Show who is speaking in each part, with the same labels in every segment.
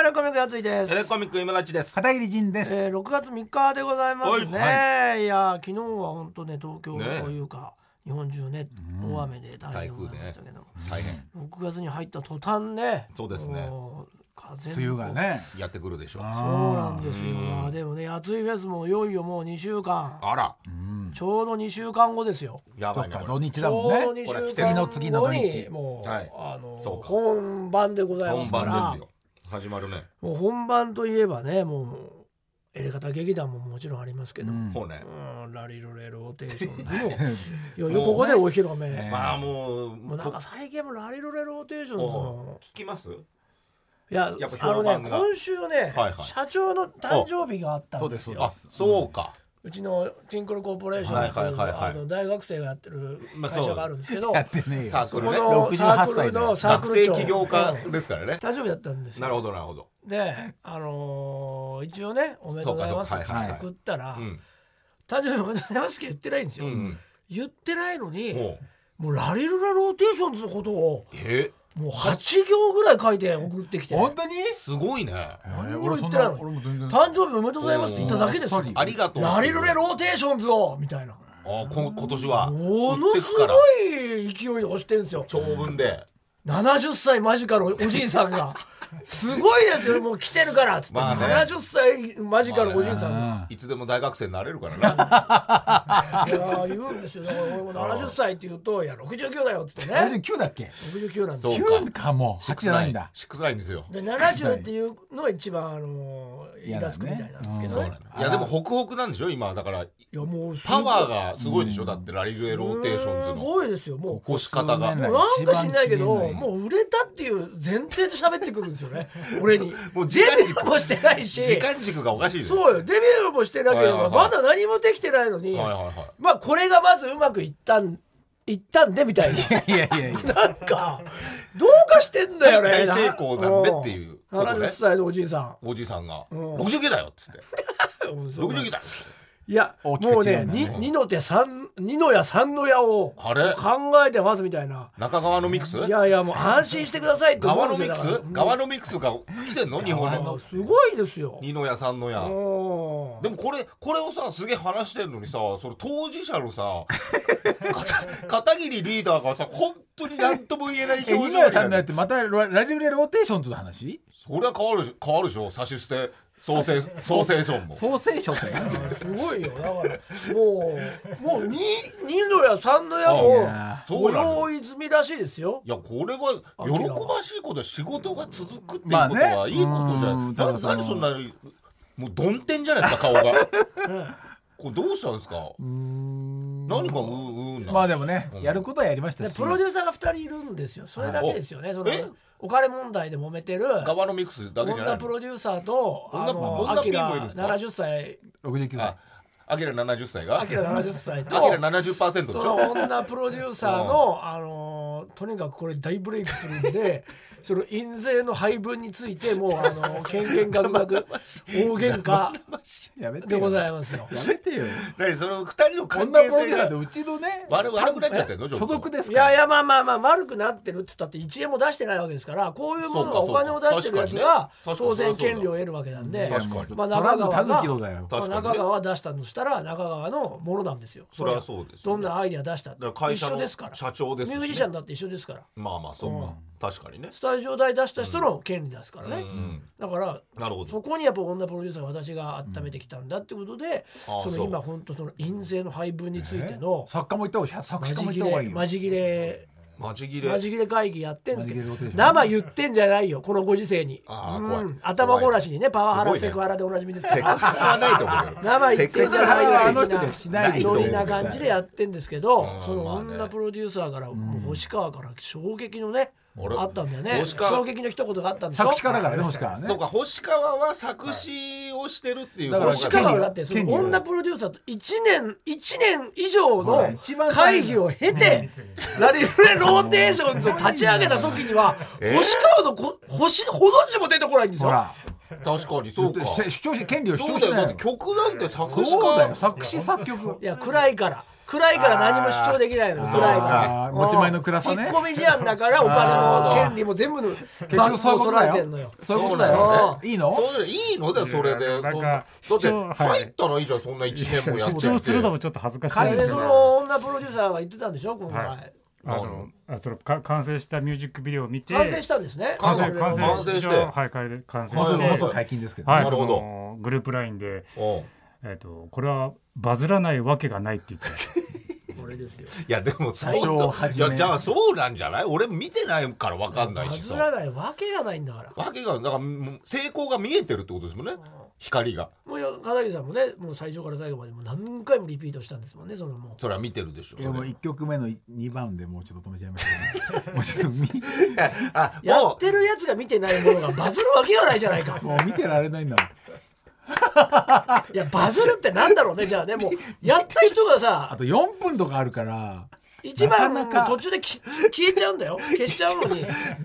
Speaker 1: レコミックやついです。
Speaker 2: レコミック今立ちです。
Speaker 3: 片桐仁です。
Speaker 1: 6月3日でございますね、
Speaker 3: はい、
Speaker 1: いや昨日は本当ね東京というか、日本中ね大雨で大変でございましたけども、
Speaker 2: 大変
Speaker 1: 6月に入った途端ね、
Speaker 2: そうですね、
Speaker 1: 風
Speaker 3: 梅雨がね
Speaker 2: やってくるでしょう。
Speaker 1: そうなんですよ。まあでもね、暑いフェスもいよいよもう2週間、
Speaker 2: あら、
Speaker 1: ちょうど2週間後ですよ。
Speaker 2: やばいね、
Speaker 3: 土日だもんね。
Speaker 1: ちょうど2週間後に
Speaker 3: 次の土日
Speaker 1: もう、
Speaker 2: はい、そうか、
Speaker 1: 本番でございますから。
Speaker 2: 本番ですよ。始まるね。
Speaker 1: もう本番といえばね、もうエレカタ劇団ももちろんありますけど、
Speaker 2: そうね、
Speaker 1: ラリルレローテーションでもいよいよここでお披露目、
Speaker 2: まあも
Speaker 1: うなんか最近もラリルレローテーションの
Speaker 2: 聞きます。
Speaker 1: いや
Speaker 2: やっぱ評判が
Speaker 1: 今週ね、
Speaker 2: はいはい、
Speaker 1: 社長の誕生日があったんですよ。
Speaker 2: あ、そうか。
Speaker 1: うちのティンクルコーポレーションという大学生がやってる会社があるんですけど、
Speaker 3: やってねえよ。
Speaker 2: サークルね、
Speaker 3: 68歳
Speaker 1: のサークル長、
Speaker 2: 学生起業家ですからね。
Speaker 1: 誕生日だったんですよ。
Speaker 2: なるほどなるほど。
Speaker 1: で、一応ね、おめでとうございますって送ったら、誕生日おめでとうございますって言ってないんですよ。言ってないのに、もうラリルラローテーションズのことをもう8行ぐらい書いて送ってきて、
Speaker 3: 本当に
Speaker 2: すごいね。
Speaker 1: 何にも言ってないのに、誕生日おめでとうございますって言っただけですよ。
Speaker 2: ありがとう。
Speaker 1: ラリルレローテーションズをみたいな。
Speaker 2: 今年は
Speaker 1: ものすごい勢いで押してるんですよ。
Speaker 2: 長文で
Speaker 1: 70歳間近のおじいさんがすごいですよ、もう来てるからっつって、70歳間近のおじいさんが、
Speaker 2: いつでも大学生になれるからな。
Speaker 1: いや言うんですよ。だから俺も70歳って言うと、いや69だよっつってね。
Speaker 3: 69だっけ。
Speaker 1: 69なんですよ。
Speaker 3: 9かも8じゃないんだ。
Speaker 2: 6ないんですよ。
Speaker 1: で70っていうのが一番イラつくみたいなんですけどね。
Speaker 2: いやでもホクホクなんでしょ今だから。い
Speaker 1: やもう
Speaker 2: パワーがすごいでしょ。だってラリルレローテーションズの
Speaker 1: すごいですよ。もう
Speaker 2: 押し方が
Speaker 1: もうなんか知んないけど、もう売れたっていう前提で喋ってくるんですよね。俺に
Speaker 2: もう
Speaker 1: デビューもしてないし、
Speaker 2: 時間軸がおかしい。
Speaker 1: そうよ、デビューもしてなければまだ何もできてないのに、まあこれがまずうまくいったんでみたいな。
Speaker 3: いや
Speaker 1: なんかどうかしてんだよね。
Speaker 2: 大成功なんでっていう
Speaker 1: 70歳のおじいさん
Speaker 2: が69だよっつって69だよ。
Speaker 1: いやもうね、二の矢三の矢を考えてますみたいな。
Speaker 2: 中川のミックス。
Speaker 1: いやもう安心してくださいって思うんですよ。
Speaker 2: 側のミックスが来てんの日本の。
Speaker 1: すごいですよ。
Speaker 2: 二の矢三の矢。でもこれをさすげえ話してるのにさ、その当事者のさ片桐リーダーがさ本当に何とも言えない表情
Speaker 3: 二の矢三の矢ってまたラリルレローテーションズの話。
Speaker 2: それは変わるでしょ。差し捨てソーセーションも
Speaker 3: ソーセーションって
Speaker 1: すごいよ。だからもう2の矢3の矢もご用意済みらしいですよ。
Speaker 2: いやこれは喜ばしいことは仕事が続くっていうことはいいことじゃない。何そんなもう曇天じゃないですか顔が。これどうしたんですか。何か
Speaker 3: まあでもね、やることはやりましたし、
Speaker 1: プロデューサーが2人いるんですよ。それだけですよね。そのお金問題で揉めてる
Speaker 2: 側のミックスだけじゃない。
Speaker 1: 女プロデューサーとアキラ70歳
Speaker 3: 69歳
Speaker 2: アキラ70歳が
Speaker 1: アキラ70歳と
Speaker 2: アキラ 70% でしょ。
Speaker 1: その女プロデューサーのとにかくこれ大ブレイクするんでその印税の配分についてもうけんけんがくがく大喧嘩でございますよ。
Speaker 3: やめてよ。
Speaker 2: その2人の関係性が
Speaker 3: うちのね
Speaker 2: 悪くなっちゃってるの。
Speaker 3: 所属ですから。
Speaker 1: いやまあ悪くなってるって言ったって1円も出してないわけですから、こういうものがお金を出してるやつが当然権利を得るわけなんで、まあ中川は出したとしたら中川のものなんですよ。
Speaker 2: それはそうです。
Speaker 1: どんなアイデア出したって一緒ですから。
Speaker 2: 社長ですし、
Speaker 1: ミュージシャンだって一緒ですから。
Speaker 2: まあそうか、確かにね。
Speaker 1: スタジオ代出した人の権利ですからね。だからそこにやっぱ女プロデューサーが私が温めてきたんだってことで、その今本当その印税の配分についての
Speaker 3: 作家も言った方が作詞家も言った方がいいよ。
Speaker 1: マジ切れ会議やってんですけど、生言ってんじゃないよこのご時世に。頭ごなしにね、パワハラセクハラでおなじみですから。生言ってんじゃないよ
Speaker 3: あの人でしない
Speaker 1: ノリな感じでやってんですけど、その女プロデューサーから星川から衝撃のねあったんだよね。衝撃の一言があったんですよ。
Speaker 3: 作詞家だからね、星川ね。
Speaker 2: そうか、星川は作詞をしてるっていう。
Speaker 1: 星川はだってその女プロデューサーと1年以上の会議を経てラリルレローテーションズを立ち上げた時には星川の星ほの字も出てこないんですよ。
Speaker 2: 確かにそうか。
Speaker 3: 主張し権利を主張してない。
Speaker 2: 曲なんて作詞
Speaker 3: 家だよ。作詞作曲。
Speaker 1: いや暗いから暗いから何も主張できないの。暗いから
Speaker 3: 持ち前の暗さね。
Speaker 1: 引っ込み思案だからお金も権利も全部のバッグを取られてんのよ。
Speaker 3: そういうことだよね。いいの？
Speaker 2: いいのだよそれで。だって入ったらいいじゃん、そんな1年もやって。
Speaker 4: 主張するのもちょっと恥ずかしいですけど。
Speaker 1: その女プロデューサーが言ってたんでしょ今回。
Speaker 4: それ完成したミュージックビデオを見て、
Speaker 1: 完成したんですね。
Speaker 4: 完成して、
Speaker 3: 完成して、解禁ですけど、
Speaker 4: はい、そのグループラインで、これはバズらないわけがないって言って
Speaker 1: これですよ。
Speaker 2: いやでもじゃあそうなんじゃない？俺見てないから分かんないしさ。
Speaker 1: バズらないわけがないんだから。
Speaker 2: だから成功が見えてるってことですもんね。光が。
Speaker 1: もう片桐さんもね、もう最初から最後までもう何回もリピートしたんですもんね。それも。
Speaker 2: それは見てるでしょ。
Speaker 3: いやもう1曲目の2番でもうちょっと止めちゃいましたね。もうちょっと
Speaker 1: やってるやつが見てないものがバズるわけがないじゃないか。
Speaker 3: もう見てられないんだもん。
Speaker 1: いやバズるってなんだろうね。じゃあね、もうやった人がさ
Speaker 3: あと4分とかあるから
Speaker 1: 一番途中で消えちゃうんだよ。消しちゃうのに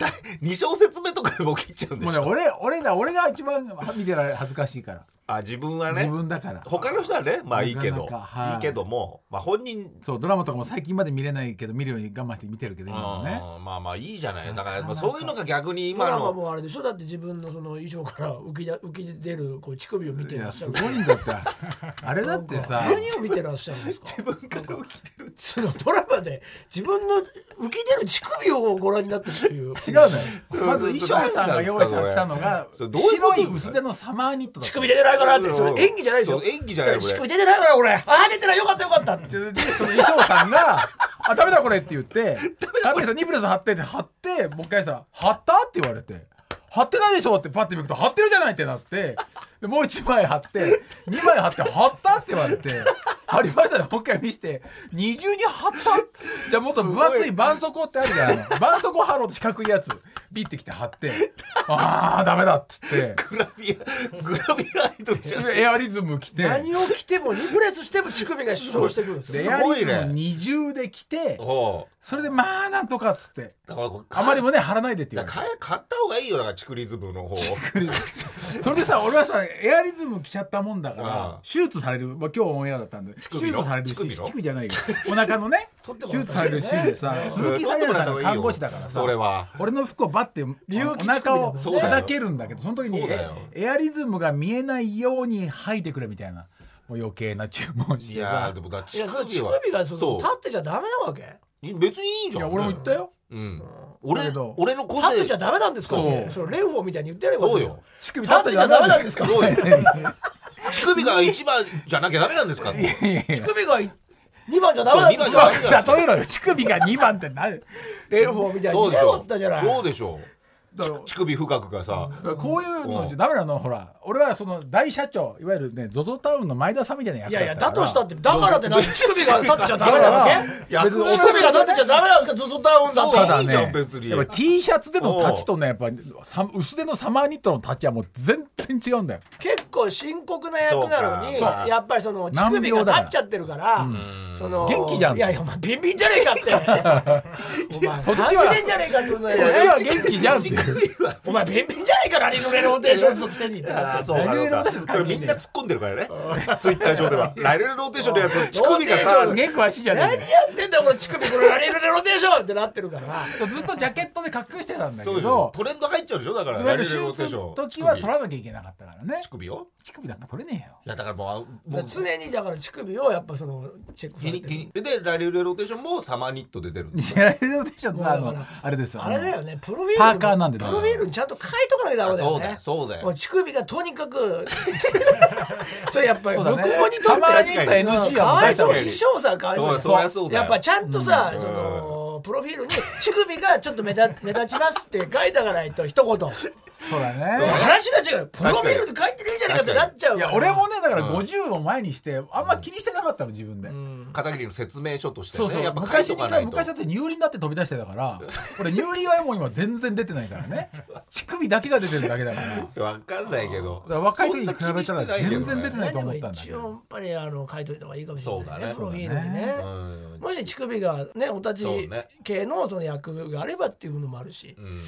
Speaker 2: 2小節目とかでも切っちゃうんでしょ。
Speaker 3: もうね、俺が一番見てられ恥ずかしいから。
Speaker 2: 自分はね。
Speaker 3: 自分だから。
Speaker 2: 他の人はね、まあいいけど、いいけども、まあ本人
Speaker 3: そうドラマとかも最近まで見れないけど見るように我慢して見てるけど今もね。
Speaker 2: まあまあいいじゃない。だからそういうのが逆に今の。
Speaker 1: ドラマもあれでしょ。だって自分のその衣装から浮き出るこう乳首を見てらっしゃる。
Speaker 3: すごいんだって。あれだってさ。
Speaker 1: 何を見てらっしゃるんですか。
Speaker 2: 自分から浮き出る。
Speaker 1: そのドラマで自分の浮き出る乳首をご覧になってるっていう。違う
Speaker 3: ね。まず衣装さんが用意したのが白い薄手のサマーニットだった。
Speaker 1: 乳首出てないからって。それ演技じゃないですよ。
Speaker 2: 演技じゃない。
Speaker 1: 乳首出てないから俺。出てない、よかったよかったって。
Speaker 3: その衣装さんがダメだこれって言って片桐さんニプレス貼ってもう一回したら貼ったって言われて。貼ってないでしょってパッて見ると貼ってるじゃないってなってでもう1枚貼って2枚貼って貼ったって言われて貼りましたね。もう一回見して二重に貼ったじゃあもっと分厚い絆創膏ってあるじゃん。絆創膏貼ろうと四角いやつビッてきて貼ってダメだっつって
Speaker 2: グラビアアイドルじゃん。
Speaker 3: エアリズム着て
Speaker 1: 何を着てもニプレスしても乳首が主張してくるんですよ。
Speaker 3: エアリズム二重で着てそれでまあなんとかっつってあまり胸張らないでって言われて
Speaker 2: 買った方がいいよ。だからチクリズムの方
Speaker 3: それでさ俺はさエアリズム着ちゃったもんだから手術される、今日オンエアだったんで手術されるし乳首じゃないよお腹のね手術されるしでさ鈴木さやさんが看護師だからさ
Speaker 2: それは
Speaker 3: 俺の服をバッてお腹をはだけるんだけどその時にエアリズムが見えないように吐いてくれみたいなもう余計な注文してさ。
Speaker 2: いやでもだ
Speaker 1: 乳首が立ってちゃダメなわけ。
Speaker 2: 別にいいじゃん。
Speaker 3: いや俺も言ったよ。
Speaker 2: 俺の個
Speaker 1: 性立ってちゃダメなんですか。それレンフォーみたいに言ってやれば。
Speaker 2: そうよ。
Speaker 3: 乳首立ってちゃダメなんですか。
Speaker 2: 乳首が一番じゃなきゃダメなんですか。
Speaker 1: 乳首が2番じゃダメなんですか。
Speaker 3: 例えろよ。乳首が2番って何。
Speaker 1: レンフォーみたいに言ってやがったじゃない。
Speaker 2: そうでしょ。乳首深くがさ
Speaker 3: こういうのじゃダメなの。ほら俺はその大社長いわゆるね ZOZO タウンの前田さんみたいな役だったから。
Speaker 1: いやだとしたってだからって乳首が立ってちゃダメなわけ。乳首が立ってちゃダメなんですか。ZOZO タウンだったら
Speaker 2: いいじゃん別に。
Speaker 3: やっぱ T シャツでのタッチとねやっぱ薄手のサマーニットのタッチはもう全然違うんだよ。
Speaker 1: 結構深刻な役なのにやっぱりその乳首が立っちゃってるからその
Speaker 3: 元気じゃん。
Speaker 1: いやお前ビンビンじゃねえかってお前そっちはんじゃねえかってそっち
Speaker 3: は元気じゃんって
Speaker 1: お前ビンビンじゃねえかラリルレローテーションずっと手に入って
Speaker 2: そうかそれみんな突っ込んでるからねツイッター上ではラリルローテーションでやつ乳首がさ
Speaker 3: すげえ詳しいじゃねえ
Speaker 1: 何やってんだよこの乳首これラリルレローテーションってなってるから
Speaker 3: ずっとジャケットで隠してたんだけ
Speaker 2: どトレンド入っちゃうでしょ。だから
Speaker 3: ラリルローテーション時は取らなきゃいけなかったからね。
Speaker 2: 乳首を
Speaker 3: 乳首なんか取れねえよ。
Speaker 2: いやだからもう
Speaker 1: 常にだから乳首をやっぱそのチェックされてる
Speaker 2: でラリルローテーションもサマーニットで出るんです
Speaker 3: ラリルローテーションってあれですよ。
Speaker 1: あれだよねプロフィール
Speaker 3: パーカーなんで
Speaker 1: プロフィールにちゃんと書いとかなきゃダメだよね。
Speaker 2: そうだよ。
Speaker 1: 乳首がとにかくそれやっぱり向こうにとって
Speaker 3: サマーニット NG は
Speaker 1: かわいそう。衣装さかわい
Speaker 2: そう
Speaker 1: やっぱちゃんとさそのプロフィールに乳首がちょっと目立ちますって書いてあかないと一言
Speaker 3: そうだね。
Speaker 1: 話が違う。プロフィールで書いてねえじゃねえかってなっちゃうから。
Speaker 3: いや俺もねだから50を前にしてあんま気にしてなかったの自分で。
Speaker 2: 片桐の説明書として
Speaker 3: ね。やっぱ昔だって乳輪になって飛び出してたからこれ乳輪はもう今全然出てないからね。乳首だけが出てるだけだから。
Speaker 2: 分かんないけど
Speaker 3: 若い時に比べたら全然出てないと思ったんだけど。
Speaker 1: 一応やっぱり書いといた方がいいかもしれないね。プロフィールにね。もし乳首がねお立ち系のその役があればっていうのもあるし。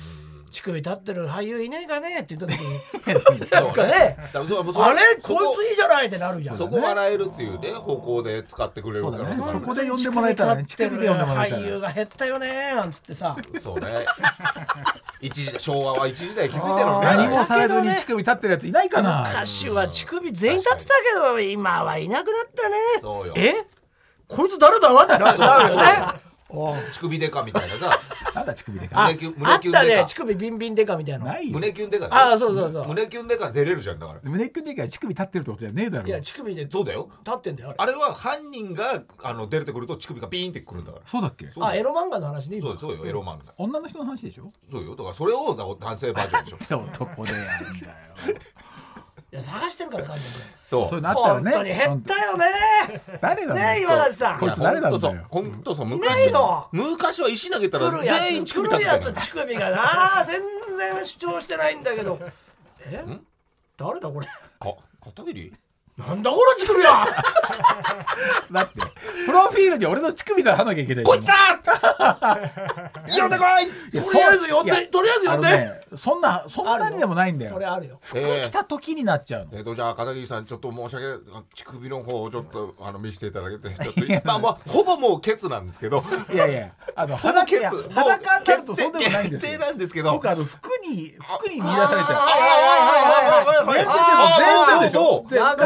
Speaker 1: 乳首立ってる俳優いねえかねって言った時になんかねあれこいついいじゃないってなるじゃん。
Speaker 2: そこ笑えるっていうね方向で使ってくれるから、
Speaker 3: そこで呼んでもらえたらね、
Speaker 1: 乳首で呼んでもらえたら俳優が減ったよねなんつってさ
Speaker 2: そうね昭和は一時代気づいてるのね。
Speaker 3: 何もされずに乳首立ってるやついないかな。
Speaker 1: 昔は乳首全員立ってたけど今はいなくなったね。
Speaker 2: そうよ。
Speaker 1: こいつ誰だわってなるよね。
Speaker 2: 乳首デカみたいなさ。
Speaker 3: なんだ乳首デカ。
Speaker 1: あったね、乳首ビンビンデカみたいな。
Speaker 3: ないよ。
Speaker 2: 胸キュンデカ。
Speaker 1: そう
Speaker 2: 胸キュンデカ出れるじゃんだから。
Speaker 3: 胸キュンデカは乳首立ってるってことじゃねえだろ。
Speaker 1: いや乳首で
Speaker 2: そうだよ。
Speaker 1: 立ってんだよ。
Speaker 2: あれは犯人が出てくると乳首がビーンってくるんだから。
Speaker 3: そうだっけ。
Speaker 1: エロ漫画の話ね。
Speaker 2: そうよエロ漫画。
Speaker 3: 女の人の話でしょ。
Speaker 2: そうよ。だからそれを男性バージョンでしょ。
Speaker 3: 男でやるんだよ。
Speaker 1: いや探してるから感じ
Speaker 3: そうなったらね。
Speaker 1: 本当に減ったよね。
Speaker 3: 誰なんだよ。
Speaker 1: ね今田さん。
Speaker 3: こいつ誰なんだよ。
Speaker 2: 本当そう昔は石投げたら全員乳首立ってた。
Speaker 1: 来るやつ乳首がな全然主張してないんだけど。誰だこれ。
Speaker 2: 片桐。
Speaker 1: なんだこの乳首は。
Speaker 3: だってプロフィールに俺の乳首で貼らなきゃいけない。
Speaker 2: こいつだ。呼んでこい。
Speaker 1: とりあえず呼んで。
Speaker 3: そんなにでもないんだよ。
Speaker 1: それあるよ。
Speaker 3: 服着た時になっちゃうの。
Speaker 2: じゃあ片桐さんちょっと申し訳ない乳首の方をちょっと見せていただけてちょっとほぼもうケツなんですけど。
Speaker 3: いやいや裸になるとそうでもないんですよ。
Speaker 2: 決定なんですけど。
Speaker 3: 僕服に見出されちゃう。全然でしょ。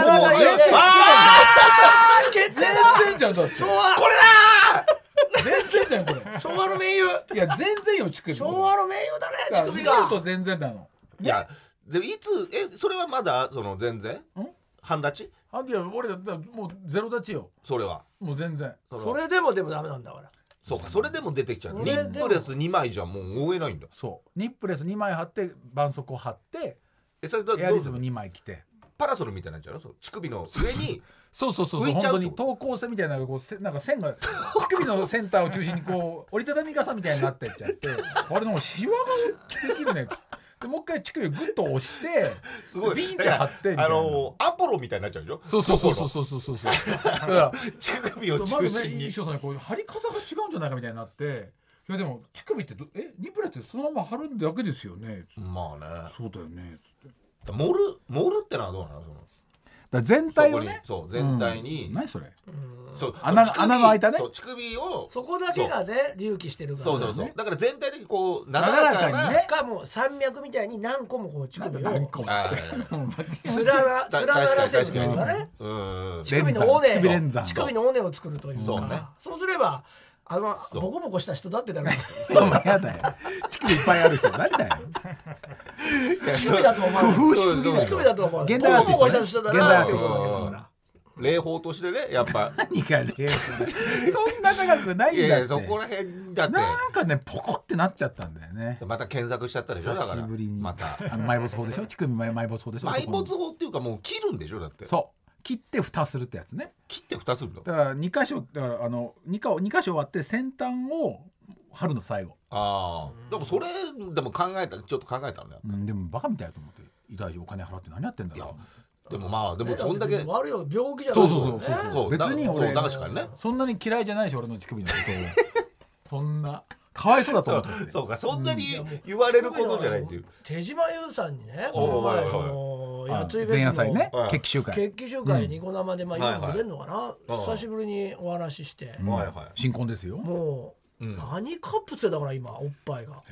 Speaker 3: 全然じゃんだって。
Speaker 2: これだ
Speaker 3: 全然じゃんこれ。
Speaker 1: 昭和の名優。
Speaker 3: いや全然よ乳首。
Speaker 1: 昭和の名優だね乳首が。
Speaker 3: と全然なの。
Speaker 2: いやでいつそれはまだその全然半立ち？
Speaker 3: いや俺だったらもうゼロ立ちよ。
Speaker 2: それは
Speaker 3: もう全然。
Speaker 1: それでもダメなんだから。
Speaker 2: そうかそれでも出てきちゃう。ニップレス2枚じゃもう追えないんだ。
Speaker 3: そうニップレス2枚貼って絆創膏貼って
Speaker 2: それ
Speaker 3: エアリズム2枚着て。
Speaker 2: パラソルみたいになっちゃうの？乳首の上に
Speaker 3: そう本当に等高線みたいななんか線が乳首のセンターを中心に折りたたみ傘みたいになってっちゃってあれのシワができるねでもう一回乳首をグッと押して
Speaker 2: すごい
Speaker 3: ビンって貼ってみたいな
Speaker 2: アポロみたいになっちゃうでしょ。
Speaker 3: そうだから
Speaker 2: 乳首を中心に
Speaker 3: 衣装さんに貼り方が違うんじゃないかみたいになっていやでも乳首ってニプレってそのまま貼るだけですよね。
Speaker 2: まあね
Speaker 3: そうだよね。
Speaker 2: 盛るってのはどうなの？
Speaker 3: だ全体をね。
Speaker 2: そう全体に。
Speaker 3: 何それ？
Speaker 2: そう
Speaker 3: 穴の開いたね。
Speaker 2: 乳首を
Speaker 1: そこだけがね隆起してるから。
Speaker 2: そうだから全体的にこう
Speaker 3: なだらかにね。
Speaker 1: かも山脈みたいに何個も乳首を連ならせるというかね。乳首の尾根を作るというか。そうすればボコボコした人だってだろ。
Speaker 3: そうやだよ。乳首いっぱいある人なんだよ。
Speaker 1: 乳首だと思う。
Speaker 3: 工夫しすぎだよ。
Speaker 1: 乳首だと思う。
Speaker 3: 現代アーティストね。
Speaker 1: 現代アーティスト。
Speaker 2: 礼法としてねやっぱ
Speaker 3: 何か礼法そんな長くないんだって。
Speaker 2: そこら辺だって
Speaker 3: なんかねポコってなっちゃったんだよね。
Speaker 2: また検索しちゃったでしょ。だからまた
Speaker 3: 埋没法でしょ。乳首埋没法でしょ。
Speaker 2: 埋没法っていうかもう切るんでしょだって。
Speaker 3: そう切って蓋するってやつね。
Speaker 2: 切って蓋するの
Speaker 3: だから2箇所だから2箇所割って先端を貼るの最後。
Speaker 2: でもそれでもちょっと考えたんだよ。
Speaker 3: でもバカみたいだと思って医大お金払って何やってんだろう。
Speaker 2: でもそんだけ
Speaker 1: 悪いよ病気じゃない。
Speaker 3: そう別に俺
Speaker 2: 確かにね
Speaker 3: そんなに嫌いじゃないし俺の乳首のことをそんなかわいそうだと思って。
Speaker 2: そうかそんなに言われることじゃないっていう。
Speaker 1: 手島優さんにねこの前やついフェスの
Speaker 3: 前夜祭ね決起
Speaker 1: 集会ニコ生で今も出るのかな久しぶりにお話しして
Speaker 3: 新婚ですよ。
Speaker 1: もう何カップってだから今おっぱいが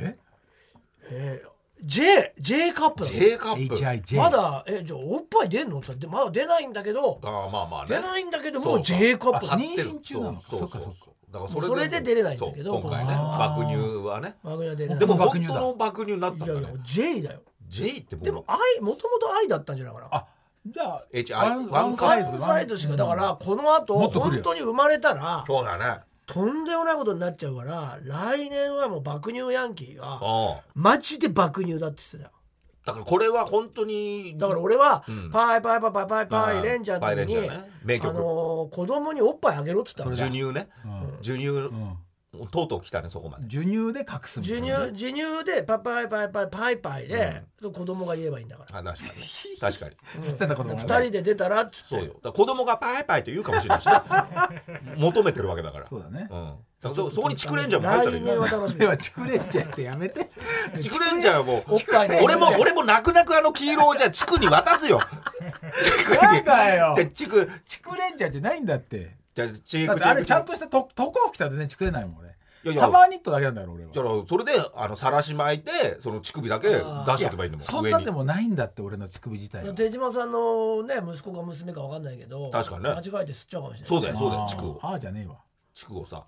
Speaker 1: J カップだ。
Speaker 2: J カップ
Speaker 3: HIJ
Speaker 1: まだじゃあおっぱい出んのってまだ出ないんだけど出ないんだけどもう J カップ
Speaker 3: 妊娠中なの。
Speaker 2: そうだから
Speaker 1: それで出れないんだけど
Speaker 2: 今回ね爆乳はね
Speaker 1: で
Speaker 2: も本当の爆乳になったんだね。
Speaker 1: J だよ。
Speaker 2: J って
Speaker 1: でももともと愛だったんじゃないかな。
Speaker 3: じゃ
Speaker 2: あ
Speaker 1: ワンサイズしかだからこの後本当に生まれたら
Speaker 2: そうだね
Speaker 1: とんでもないことになっちゃうから来年はもう爆乳ヤンキーがマジで爆乳だって言ってたよ。
Speaker 2: だからこれは本当に
Speaker 1: だから俺はパイパイパイパイパイパイレンジャーの時に子供におっぱいあげろって言ったの。
Speaker 2: 授乳ね授乳とうとう来たねそこまで。
Speaker 3: 授乳で隠すみたいな、
Speaker 1: 授乳でパイパイで、子供が言えばいいんだから。
Speaker 2: 確かに確かに
Speaker 3: つってた子供がね、
Speaker 1: 2人で出たらっつって。
Speaker 2: そうよ。だから子供がパイパイと言うかもしれないしね求めてるわけだから。
Speaker 3: そうだね、
Speaker 2: そこにチクレンジャーも入ったらいい。
Speaker 1: 来年は楽しみ。
Speaker 3: ではチクレンジャーってやめて
Speaker 2: チクレンジャーはもう
Speaker 1: おっぱいの
Speaker 2: 俺も泣く黄色をじゃあチクに渡すよ
Speaker 3: なんだよ
Speaker 2: チク
Speaker 3: チクレンジャーじゃないんだって。
Speaker 2: じゃあチ
Speaker 3: だってあれちゃんとした床を着たら全然チクれないもん俺。
Speaker 2: いや
Speaker 3: サマーニットだけなんだよ俺は。
Speaker 2: じゃあそれでさらし巻いてその乳首だけ出しとけばいいんだもん。
Speaker 3: そんなんでもないんだって俺の乳首自体は。
Speaker 1: 手島さんのね息子か娘か分かんないけど、
Speaker 2: 確かにね
Speaker 1: 間違えて吸っちゃうかもしれない。
Speaker 2: そうだよ乳首を。
Speaker 3: ああじゃねえわ。
Speaker 2: 乳首をさ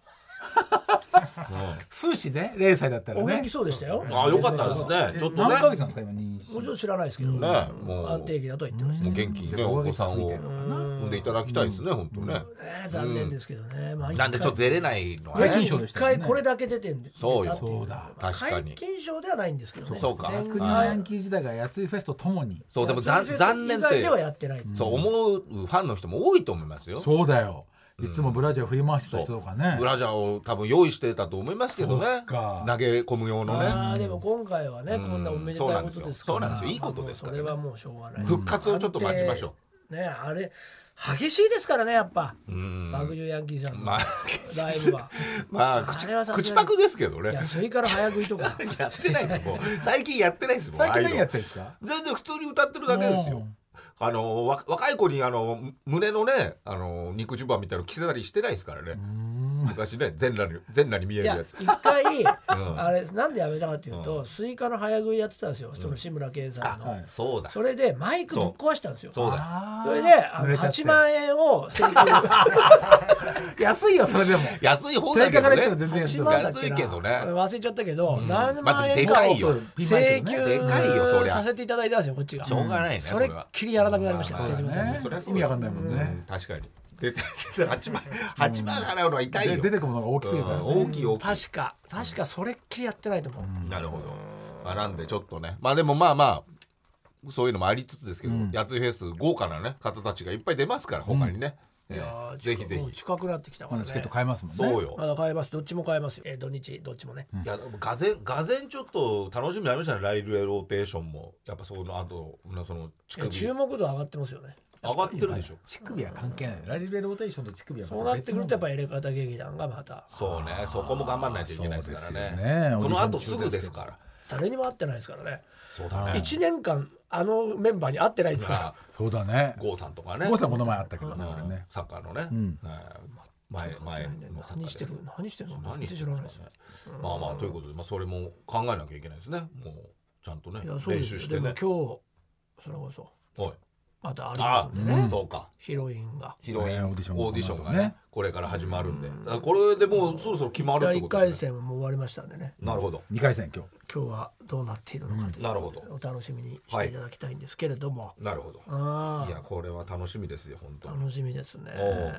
Speaker 3: 数子ね0歳だったらね。
Speaker 1: お元気そうでしたよ。
Speaker 2: ああよかったですね。ちょっとね。
Speaker 3: 何ヶ月なんですか今妊娠。
Speaker 1: もちろん知らないですけど
Speaker 2: ね。もう
Speaker 1: 安定期だとは言ってました。
Speaker 2: もう元気にねお子さんを産んでいただきたいですね本当ね。
Speaker 1: 残念ですけどね。
Speaker 2: なんでちょっと出れないのはね。
Speaker 1: 一回これだけ出てんで。
Speaker 2: そうよ。
Speaker 3: そうだ。
Speaker 2: 確かに。
Speaker 1: 皆勤賞ではないんですけどね。
Speaker 2: そうか。
Speaker 3: 国のヤンキー時代がやついフェスとともに。
Speaker 2: そうでも残念って。
Speaker 1: ではやってない。
Speaker 2: そう思うファンの人も多いと思いますよ。
Speaker 3: そうだよ。いつもブラジャー振り回してた人とかね。
Speaker 2: ブラジャーを多分用意してたと思いますけどね。投げ込む用のね。
Speaker 1: でも今回はねこんなおめでたいことですから。
Speaker 2: そうなんですよ。いいことですから。
Speaker 1: それはもうしょうがない。
Speaker 2: 復活をちょっと待ちましょ
Speaker 1: う。ねあれ激しいですからねやっぱ。爆乳ヤンキーさんのライブは。
Speaker 2: まあ口パクですけどね。
Speaker 1: 安いから早食いとか
Speaker 2: やってないですもん。最近やってないですもん。
Speaker 3: 最近何やってるんですか。
Speaker 2: 全然普通に歌ってるだけですよ。若い子に胸のね肉襦袢みたいなの着せたりしてないですからね。昔ね全裸に見えるやつ。
Speaker 1: 一回あれなんでやめたかっていうとスイカの早食いやってたんですよその志村けんさんの。
Speaker 2: そうだ。
Speaker 1: それでマイクぶっ壊したんですよ。
Speaker 2: そうだ。
Speaker 1: それで8万円を請求。
Speaker 3: 安いよそれでも。
Speaker 2: 安い方だけどね。
Speaker 1: 8万だっけな。
Speaker 2: 安いけどね。
Speaker 1: 忘れちゃったけど何
Speaker 2: 万円かを請
Speaker 1: 求させていただいたんですよこっちが。
Speaker 2: しょうがないね。
Speaker 1: それっきりやらなくなりました手島さん。
Speaker 3: それは意味わかんないもんね。
Speaker 2: 確かに。8万払うのは痛いよ。
Speaker 3: 出てくるのが大きすぎるから。
Speaker 2: 大きい。
Speaker 1: 確かそれっきりやってないと思う。
Speaker 2: なるほど。なんでちょっとねでもまあそういうのもありつつですけどやついフェス豪華なね方たちがいっぱい出ますから他にね。ぜひぜひ。
Speaker 1: 近くなってきたからね。
Speaker 3: チケット買えますもんね。
Speaker 2: そうよ。
Speaker 1: まだ買えます。どっちも買えますよ。土日どっちもね。
Speaker 2: いやがぜんちょっと楽しみになりましたね。ライブローテーションもやっぱその後その
Speaker 1: 注目度上がってますよね。
Speaker 2: 上がってるでしょ。
Speaker 3: 乳首は関係ない。ライブローテーションと乳首は
Speaker 1: そうなってくるとやっぱエレカタ劇団がまた。
Speaker 2: そうね。そこも頑張らないといけないですからね。その後すぐですから。
Speaker 1: 誰にも会ってないですからね。
Speaker 2: そうだね。
Speaker 1: 1年間メンバーに会ってないんですから。
Speaker 3: そうだね。
Speaker 2: 郷さんとかね。
Speaker 3: 郷さんこの前会ったけどね。
Speaker 2: サッカーのね。前のサッカー。
Speaker 1: 何してるの？何知らないですね。
Speaker 2: まあということでそれも考えなきゃいけないですね。もうちゃんとね練習してね。
Speaker 1: でも今日それこそ。
Speaker 2: はい。
Speaker 1: またありますんでね。
Speaker 2: そうか。
Speaker 1: ヒロイン
Speaker 3: オーディション
Speaker 2: がねこれから始まるんで、これでもうそろそろ決まるってこと
Speaker 1: ですね。1回戦はもう終わりましたんでね。
Speaker 2: なるほど。
Speaker 3: 2回戦今
Speaker 1: 日はどうなっているのかという
Speaker 2: なるほど。
Speaker 1: お楽しみにしていただきたいんですけれども。
Speaker 2: なるほど。いやこれは楽しみですよ本当に。
Speaker 1: 楽しみですね。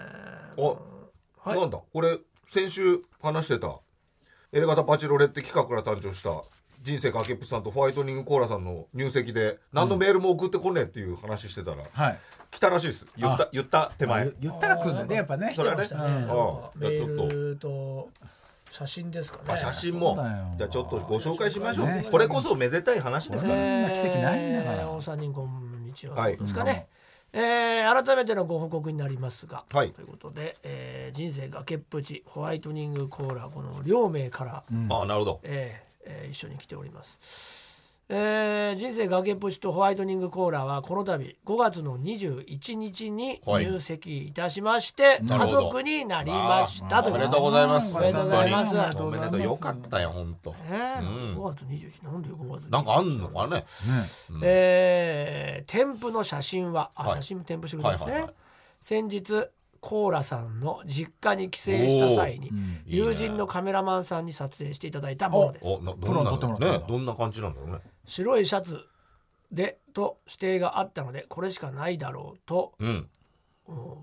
Speaker 2: なんだこれ先週話してたエレガタパチロレって企画から誕生した人生崖っぷちさんとホワイトニングコーラさんの入籍で何のメールも送ってこねえっていう話してたら、来たらしいです。言った手前。
Speaker 3: 言ったら来るんだねやっぱね。
Speaker 1: それはね。メールと写真ですかね。
Speaker 2: 写真もじゃあちょっとご紹介しましょう。これこそめでたい話ですから。
Speaker 3: 奇跡ないんだから。
Speaker 1: お三人こんにちは。ですかね。改めてのご報告になりますが、ということで、人生崖っぷちホワイトニングコーラこの両名から、
Speaker 2: なるほど。
Speaker 1: 一緒に来ております。人生崖っぷちとホワイトニングコーラはこの度5月の21日に入籍いたしまして、家族になりました
Speaker 2: おめでとうございます。
Speaker 1: おめでとうございます。
Speaker 2: おめでとうよかったよ本当。
Speaker 1: 5月21なんで5月
Speaker 2: なんかあんのかね。
Speaker 1: 添付の写真は写真添付してくれたんですね。先日コーラさんの実家に帰省した際に友人のカメラマンさんに撮影していただいたものです。
Speaker 2: どんな感じなんだろうね。
Speaker 1: 白いシャツでと指定があったのでこれしかないだろうと、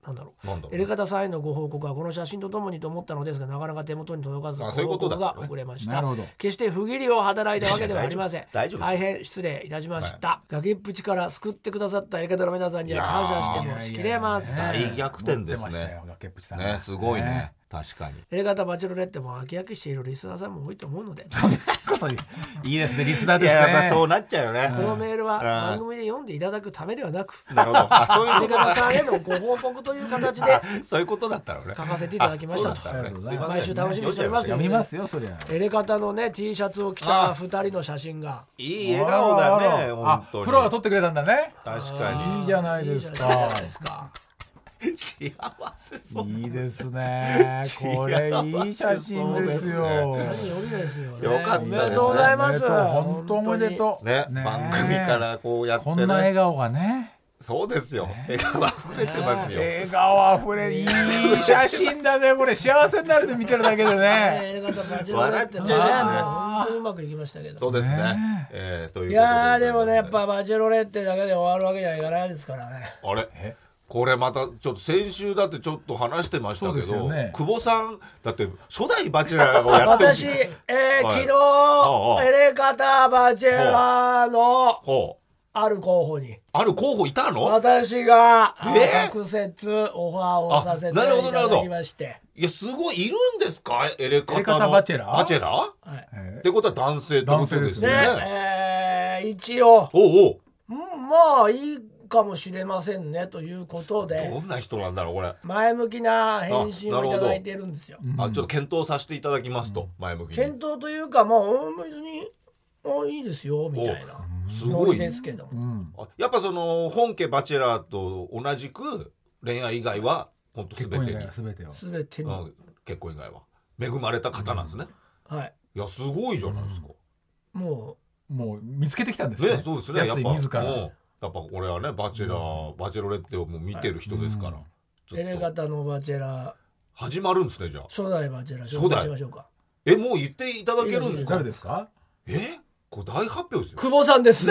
Speaker 1: なんだろうエレカタさんへのご報告はこの写真とともにと思ったのですがなかなか手元に届かずご報告が遅れました。決して不義理を働いたわけではありません。大変失礼いたしました。崖っぷちから救ってくださったエレカタの皆さんには感謝してもしきれません。
Speaker 2: 大逆転ですね。ね、すごいね。確かに
Speaker 1: エレガタバチェロレッテも飽き飽きしているリスナーさんも多いと思うので
Speaker 3: いいですねリスナーですね。
Speaker 2: やっぱそうなっちゃうよね。
Speaker 1: このメールは番組で読んでいただくためではなく
Speaker 2: なるほどそういう
Speaker 1: エレガタさんへのご報告という形で
Speaker 2: そういうことだったのね
Speaker 1: 書かせていただきましたと。毎週楽しみにしております。
Speaker 3: 読みますよそりゃ。
Speaker 1: エレガタのね T シャツを着た2人の写真が
Speaker 2: いい笑顔だね。本当に
Speaker 3: プロが撮ってくれたんだね。
Speaker 2: 確かに
Speaker 3: いいじゃないですか。
Speaker 2: 幸せそう。
Speaker 3: いいですね。これいい写真ですよ。
Speaker 1: 何よりですよね。
Speaker 2: よかったですね。
Speaker 1: おめでとうございます。
Speaker 3: 本当おめでとう。
Speaker 2: ね、番組からこうやってね。
Speaker 3: こんな笑顔がね。
Speaker 2: そうですよ。笑顔溢れてますよ。
Speaker 3: 笑顔溢れ、いい写真だね。これ幸せになるで見てるだけでね。
Speaker 1: 笑ってちゃうね。本当にうまくいきましたけど。
Speaker 2: そうですね。ということで。
Speaker 1: いやでもねやっぱバチェロレッテだけで終わるわけにはいかないですからね。
Speaker 2: あれ？これまたちょっと先週だってちょっと話してましたけど、久保さんだって初代バチェラーをやってる。
Speaker 1: 私、昨日エレカタバチェラーのある候補に
Speaker 2: いたの？
Speaker 1: 私が直接オファーをさせていただきまして。
Speaker 2: いやすごいいるんですかエレカ
Speaker 3: タバチェラー？
Speaker 2: バチェラー？ってことは男性ってことですね。
Speaker 1: 一応まあいいかもしれませんねということで。
Speaker 2: どんな人なんだろうこれ。
Speaker 1: 前向きな返信をいただいてるんですよ。
Speaker 2: ちょっと検討させていただきますと、前向きに
Speaker 1: 検討というか別にいいですよみたいな
Speaker 2: すごい
Speaker 1: ですけども、
Speaker 2: やっぱその本家バチェラーと同じく恋愛以外は本当全てに結婚以外は恵まれた方なんですね。
Speaker 1: はい。
Speaker 2: いやすごいじゃないですか。
Speaker 3: もう見つけてきたんですね。
Speaker 2: そうですね。やっぱ
Speaker 3: 自ら
Speaker 2: やっぱ俺はねバチェロレッテをもう見てる人ですから、
Speaker 1: エレガタのバチェラ
Speaker 2: 始まるんですね。じゃあ
Speaker 1: 初代バチェラ紹介しましょうか。
Speaker 2: もう言っていただけるんですか？
Speaker 3: 誰ですか？
Speaker 2: これ大発表ですよ。
Speaker 1: 久保さんです。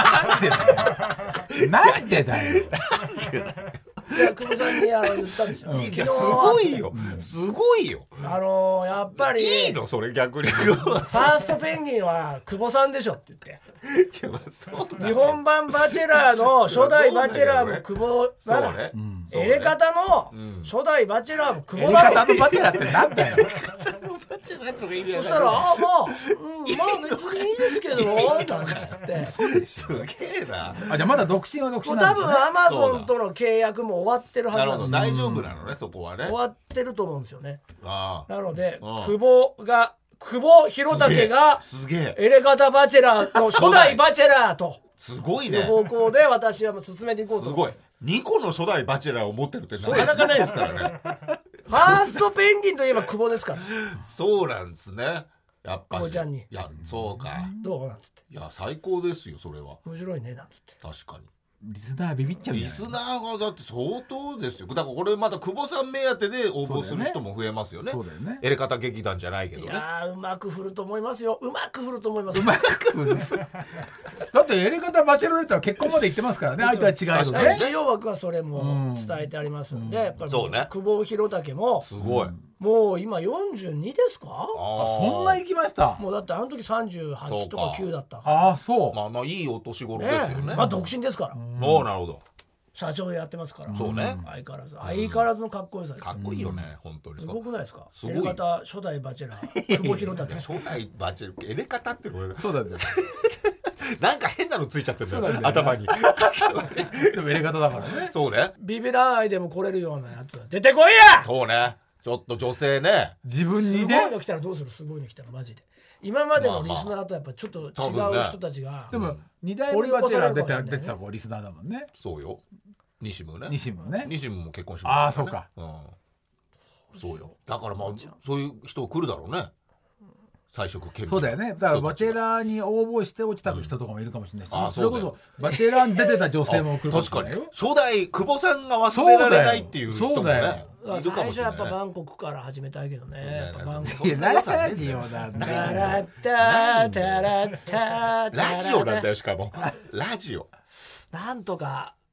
Speaker 3: なんでだよ。
Speaker 1: いや久保さんに言ったんですよ。
Speaker 2: いやすごいよ。すごいよ。
Speaker 1: やっぱり
Speaker 2: いいのそれ逆に。
Speaker 1: ファーストペンギンは久保さんでしょって言って。日本版バチェラーの初代バチェラーも久保なら、エレカタの初代バチェラーも久保だろ。
Speaker 3: エレカタのバチェラーってなんだよ。
Speaker 1: そしたらまあ別にいいですけどなんつって
Speaker 2: すげえな。
Speaker 3: じゃあまだ独身は独身
Speaker 1: なんですね。多分アマゾンとの契約も終わってるはずなんです。
Speaker 2: 大丈夫なのねそこはね。
Speaker 1: 終わってると思うんですよね。なので久保弘武がエレガタバチェラーの初代バチェラーと
Speaker 2: すごいね
Speaker 1: 方向で私は進めていこうと思います。
Speaker 2: すごい2個の初代バチェラーを持ってるってなかなかないですからね。
Speaker 1: ファーストペンギンといえば久保ですから。
Speaker 2: そうなんですね。やっぱ
Speaker 1: 久保ちゃんに。
Speaker 2: いやそうか。
Speaker 1: どうなんつって。
Speaker 2: いや最高ですよそれは。
Speaker 1: 面白いねなんつって。
Speaker 2: 確かに。
Speaker 3: リスナービビっちゃうじゃない。
Speaker 2: リスナーがだって相当ですよ。だからこれまた久保さん目当てで応募する人も増えますよね。
Speaker 3: そうだよね。
Speaker 2: エレカタ劇団じゃないけどね。
Speaker 1: いやうまく振ると思いますよ。うまく振ると思います。
Speaker 3: だってエレカタバチェロレッテは結婚まで行ってますからね。相手は違うので。
Speaker 1: 一応僕はそれも伝えてありますんで、やっぱり久保弘武も
Speaker 2: すごい。
Speaker 1: もう今42ですか？
Speaker 3: そんな行きました。
Speaker 1: もうだってあの時38とか9だった
Speaker 3: から。そう。
Speaker 2: まあいいお年頃ですよね。
Speaker 1: まあ独身ですから。
Speaker 2: なるほど。
Speaker 1: 社長やってますから。
Speaker 2: そうね。
Speaker 1: 相変わらずのかっこよさです。
Speaker 2: かっこいいよね本当に。
Speaker 1: すごくないですか？エレカタ初代バチェラー久保弘武。
Speaker 2: 初代バチェラーエレカタっての
Speaker 3: そうなんです。
Speaker 2: なんか変なのついちゃってるんだよ頭に。
Speaker 3: でもエレカタだからね。
Speaker 2: そうね。
Speaker 1: ビビらないでも来れるようなやつ出てこいや。
Speaker 2: そうね。ちょっと女性ね。
Speaker 3: 自分にね。
Speaker 1: すごいの来たらどうする？すごいの来たらマジで。今までのリスナーとやっぱちょっと違う人たちが。
Speaker 3: でも2代目バチェラー出てた子リスナーだもんね。
Speaker 2: そうよ。西村ね。
Speaker 3: 西村
Speaker 2: も結婚しましたね。
Speaker 3: そうか。
Speaker 2: そうよ。だからまあそういう人来るだろうね。最初
Speaker 3: そうだよね。だからバチェラーに応募して落ちた人とかもいるかもしれないし、それこそバチェラーに出てた女性も来るかもしれないよ。
Speaker 2: 初代久保さんが忘れられないっていう人もね。
Speaker 1: 最初やっぱバンコクから始めたいけどね。
Speaker 3: ラジオなんだ。
Speaker 2: ラジオなんだよしかも。ラジオ。
Speaker 1: なんとか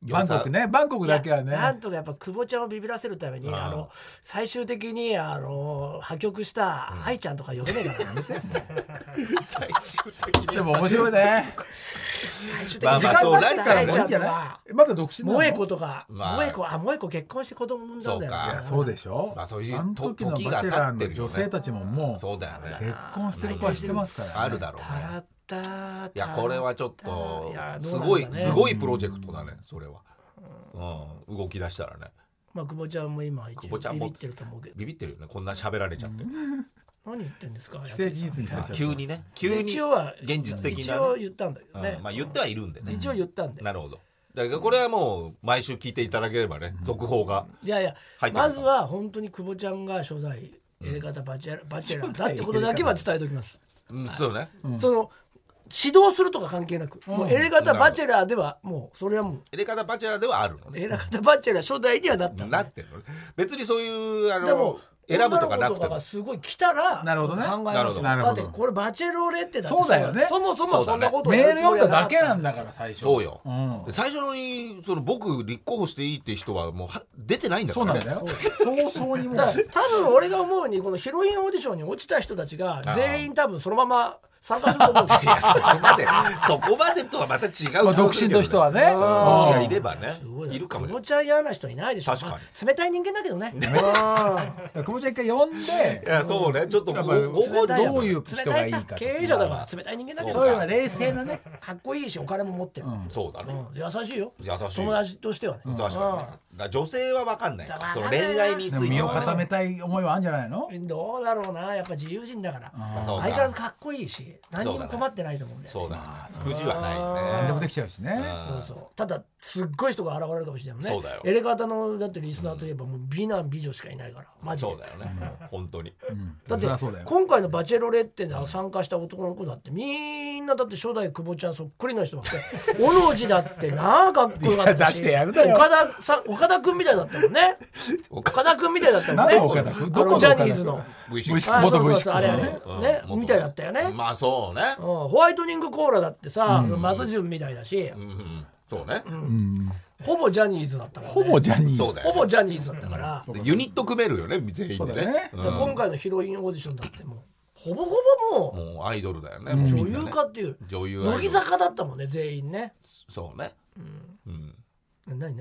Speaker 3: バンコクね、バンコクだけはね、
Speaker 1: なんとかやっぱ久保ちゃんをビビらせるために最終的に破局した愛ちゃんとか呼べねえからね
Speaker 2: 最終的に
Speaker 3: でも面白いね
Speaker 1: 最終的に時間経った愛ちゃんとか
Speaker 3: まだ独身なの？
Speaker 1: 萌子とか萌子結婚して子供産んだんだよね。
Speaker 3: そうでしょ。
Speaker 2: そういう
Speaker 3: あの時のバチェラーの女性たちももう
Speaker 2: そうだよね、
Speaker 3: 結婚してる子はしてますから
Speaker 2: あるだろうね。いやこれはちょっとすごいプロジェクトだねそれは、動き出したらね。
Speaker 1: まあ久保ちゃんも今ビビってると思うけど。
Speaker 2: ビビってるよね、こんな喋られちゃって
Speaker 1: 何言ってんですか。
Speaker 3: 既成事実になっちゃう。
Speaker 2: 急に
Speaker 1: 一応は
Speaker 2: 現実的な
Speaker 1: 一応言ったんだけどね。
Speaker 2: まあ言ってはいるんでね。
Speaker 1: 一応言ったんで。
Speaker 2: なるほど。だからこれはもう毎週聞いていただければね、続報が。
Speaker 1: いやまずは本当に久保ちゃんが初代エレガタバチェラーだってことだけは伝えておきます。
Speaker 2: そうね。
Speaker 1: その指導するとか関係なく、もうエレガタバチェラーではもうそれはもう
Speaker 2: エレガタバチェラーではあるのね。
Speaker 1: エレガタバチェラー初代にはなった
Speaker 2: なってるのね。別にそういう
Speaker 1: でも
Speaker 2: 選ぶとかなくても
Speaker 1: 女の子とかがすごい来たら
Speaker 3: なるほどね
Speaker 1: 考えますよ。だってこれバチェロレってだって
Speaker 3: そうだよね。
Speaker 1: そもそもそんなことを
Speaker 3: メール読んだだけなんだから最初。
Speaker 2: そうよ。最初に僕立候補していいって人はもう出てないんだからね。
Speaker 3: そうなんだよ。早々にもう。
Speaker 1: 多分俺が思うにこのヒロインオーディションに落ちた人たちが全員多分そのまま参加すると思うんですよ。
Speaker 2: そこまでとはまた違う。
Speaker 3: 独身の人はね、
Speaker 2: もしがいればね、いるかもしれない。
Speaker 1: 久保ちゃん嫌な人いないでしょ。
Speaker 2: 確かに
Speaker 1: 冷たい人間だけどね。
Speaker 3: 久保ちゃん一回呼んで、
Speaker 2: いやそうね、ちょっと
Speaker 3: どういう人がいいか。
Speaker 1: 経営者だから冷たい人間だけど
Speaker 3: そういう冷静なね、
Speaker 1: かっこいいしお金も持ってる。
Speaker 2: そうだね。
Speaker 1: 優しいよ。
Speaker 2: 優しい。
Speaker 1: 友達としてはね。
Speaker 2: 確かにね。女性は分かんない。その恋愛について
Speaker 3: 身を固めたい思いはあるんじゃないの？
Speaker 1: どうだろうな、やっぱ自由人だから。相変わらずかっこいいし、何にも困ってないと思うんだよ。
Speaker 2: そうだね。不自由はないよね。
Speaker 3: 何でもできちゃうしね。
Speaker 1: そうそう。ただすっごい人が現れるかもしれないもんね。
Speaker 2: そうだよ。
Speaker 1: エレガタのだってリスナーといえばもう美男美女しかいないから。マジで。
Speaker 2: そうだよね。本当に。
Speaker 1: だって今回のバチェロレッテに参加した男の子だってみんなだって初代久保ちゃんそっくりな人ばっかり。小野寺だってなあかっこよかったし。岡田君みたいだったもんね。岡田君みたいだったもんね。ジャニーズの。
Speaker 3: 元 V6
Speaker 1: あれねみたいだったよね。
Speaker 2: まあそうね。
Speaker 1: ホワイトニングコーラだってさ松潤みたいだし。
Speaker 2: そうね。
Speaker 1: ほぼジャニーズだったから。
Speaker 3: ほぼジャニーズ。
Speaker 1: ほぼジャニーズだったから。
Speaker 2: ユニット組めるよね全員でね。
Speaker 1: 今回のヒロインオーディションだってもうほぼほぼ
Speaker 2: もうアイドルだよね。
Speaker 1: 女優化っていう
Speaker 2: 女優
Speaker 1: 乃木坂だったもんね全員ね。
Speaker 2: そうね。
Speaker 1: 何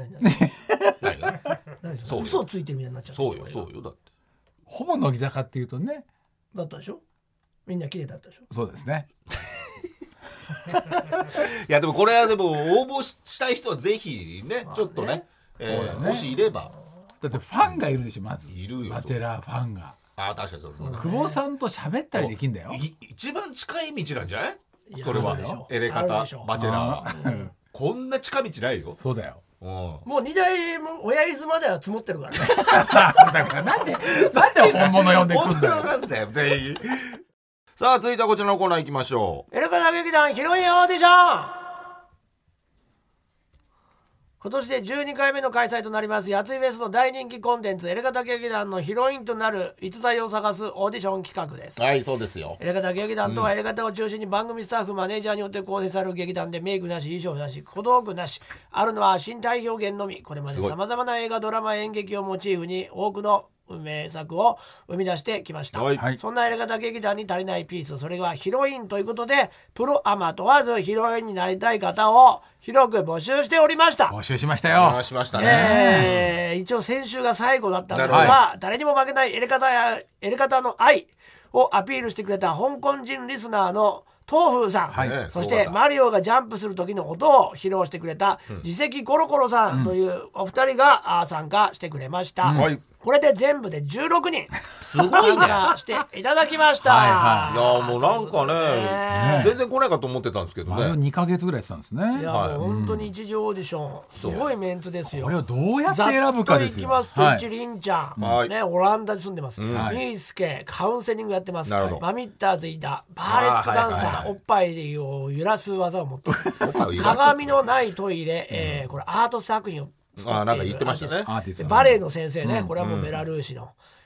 Speaker 2: そう
Speaker 1: 嘘ついてるみたいになっちゃった。
Speaker 2: そうよだって。
Speaker 3: ほぼ乃木坂っていうとね。
Speaker 1: だったでしょ。みんな綺麗だったでしょ。
Speaker 3: そうですね。
Speaker 2: いやでもこれはでも応募したい人はぜひねちょっとねもしいれば。
Speaker 3: だってファンがいるでしょまず。
Speaker 2: いるよ。
Speaker 3: バチェラーファンが。
Speaker 2: 確かにそう。
Speaker 3: 久保さんと喋ったりできんだよ。
Speaker 2: 一番近い道なんじゃない？それはエレガタバチェラーはこんな近道ないよ。
Speaker 3: そうだよ。
Speaker 1: もう2台も親伊豆までは積もってるからね。
Speaker 3: だからなんで本物呼んでくんだよ。
Speaker 2: 本物なんだよ全員。さあ続いてはこちらのコーナー行きましょう。
Speaker 1: エレガタ劇団ヒロインオーディション。今年で12回目の開催となりますやついフェスの大人気コンテンツエレガタ劇団のヒロインとなる逸材を探すオーディション企画です。
Speaker 2: はいそうですよ。
Speaker 1: エレガタ劇団とはエレガタを中心に番組スタッフマネージャーによって構成される劇団でメイクなし衣装なし小道具なしあるのは身体表現のみ。これまでさまざまな映画ドラマ演劇をモチーフに多くの名作を生み出してきました、そんなエレガタ劇団に足りないピース、それがヒロインということでプロアマ問わずヒロインになりたい方を広く募集しておりました。
Speaker 3: 募集しましたよ。
Speaker 2: しましたね。
Speaker 1: 一応先週が最後だったんですが、誰にも負けないエレガタの愛をアピールしてくれた香港人リスナーの東風さん、そしてマリオがジャンプする時の音を披露してくれた自責コロコロさんというお二人が参加してくれました、これで全部で16人すごい参加していただきました。
Speaker 2: いやもうなんかね全然来ないかと思ってたんですけどね。
Speaker 3: 2ヶ月ぐらいしたんですね。
Speaker 1: いやもう本当に一次オーディションすごいメンツですよ。
Speaker 3: これをどうやって選ぶかですよ。
Speaker 1: ざっといきますと、りんちゃん、オランダで住んでます、みーすけカウンセリングやってます、マミッターズイダバーレスクダンサー、おっぱいを揺らす技を持ってる鏡のないトイレ、これアート作品を作っている
Speaker 2: なんか言ってましたね。
Speaker 1: バレエの先生ね、これはもうベラルーシの、